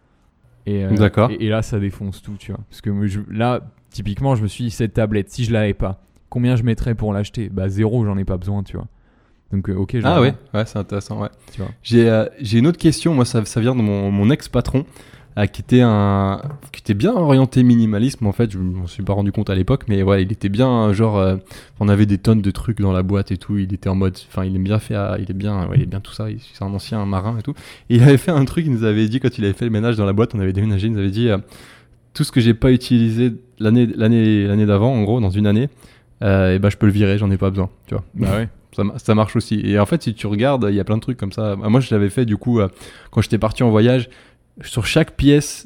vois. D'accord. Et là, ça défonce tout, tu vois. Parce que là... Typiquement, je me suis dit, cette tablette, si je l'avais pas, combien je mettrais pour l'acheter ? Bah 0, j'en ai pas besoin, tu vois. Donc ok. Ouais, c'est intéressant, ouais. Tu vois. J'ai une autre question, moi ça vient de mon ex-patron, qui était bien orienté minimalisme en fait, je m'en suis pas rendu compte à l'époque, mais ouais, il était bien genre, on avait des tonnes de trucs dans la boîte et tout, il était en mode, enfin il aime bien faire, il est bien tout ça, c'est un ancien marin et tout, et il avait fait un truc, il nous avait dit quand il avait fait le ménage dans la boîte, on avait déménagé, il nous avait dit... tout ce que j'ai pas utilisé l'année d'avant, en gros, dans une année, et bah je peux le virer, j'en ai pas besoin, tu vois. Bah ouais. Ça marche aussi. Et en fait, si tu regardes, il y a plein de trucs comme ça. Moi, je l'avais fait du coup quand j'étais parti en voyage. Sur chaque pièce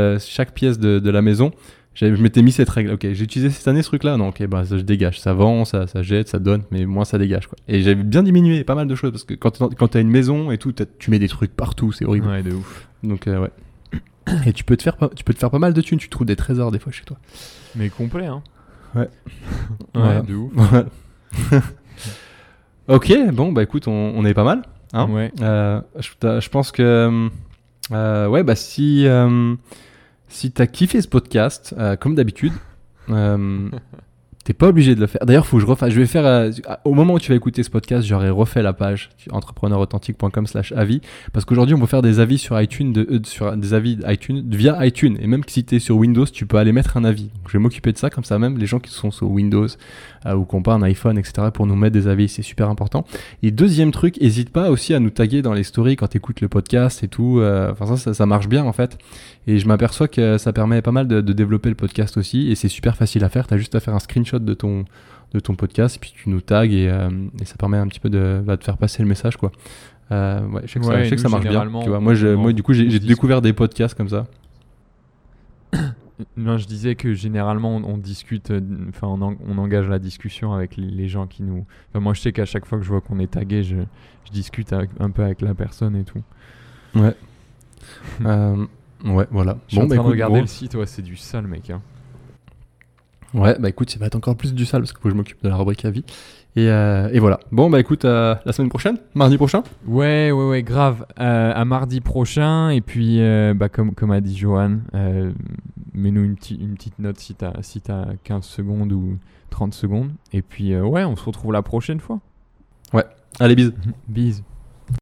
de la maison, je m'étais mis cette règle. Ok, j'ai utilisé cette année ce truc-là. Non, ok, bah ça, je dégage. Ça vend, ça jette, ça donne, mais moi ça dégage quoi. Et j'avais bien diminué pas mal de choses parce que quand t'as une maison et tout, tu mets des trucs partout, c'est horrible. Ouais, de ouf. Donc ouais. Et tu peux te faire pas mal de thunes, tu trouves des trésors des fois chez toi. Mais complet, hein. Ouais. Ouais, de ouf. Ok, bon, bah écoute, on est pas mal. Hein, ouais. Je pense que... ouais, bah si t'as kiffé ce podcast, comme d'habitude... T'es pas obligé de le faire. D'ailleurs, faut que je refasse. Je vais faire au moment où tu vas écouter ce podcast, j'aurai refait la page entrepreneurauthentique.com/avis parce qu'aujourd'hui, on va faire des avis sur iTunes, sur des avis iTunes via iTunes. Et même si t'es sur Windows, tu peux aller mettre un avis. Donc, je vais m'occuper de ça comme ça. Même les gens qui sont sur Windows ou qui n'ont pas un iPhone, etc., pour nous mettre des avis, c'est super important. Et deuxième truc, n'hésite pas aussi à nous taguer dans les stories quand t'écoutes le podcast et tout. Enfin ça marche bien en fait. Et je m'aperçois que ça permet pas mal de développer le podcast aussi. Et c'est super facile à faire. T'as juste à faire un screenshot screenshot de ton podcast, et puis tu nous tags, et ça permet un petit peu de faire passer le message, quoi. Ouais, je sais que ça marche bien. Tu vois, moi, du coup, j'ai découvert des podcasts comme ça. Non, je disais que généralement on discute, enfin on engage la discussion avec les gens qui nous. Enfin, moi je sais qu'à chaque fois que je vois qu'on est tagué, je discute un peu avec la personne et tout. Ouais. Ouais, voilà. Je suis en train de regarder le site, ouais, c'est du sale, mec. Hein. Ouais, bah écoute, ça va être encore plus du sale parce qu'il faut que je m'occupe de la rubrique avis. Et voilà. Bon, bah écoute, la semaine prochaine, mardi prochain. Ouais, grave. À mardi prochain. Et puis, comme a dit Johan, mets-nous une petite note si t'as 15 secondes ou 30 secondes. Et puis, ouais, on se retrouve la prochaine fois. Ouais, allez, bises. Bises.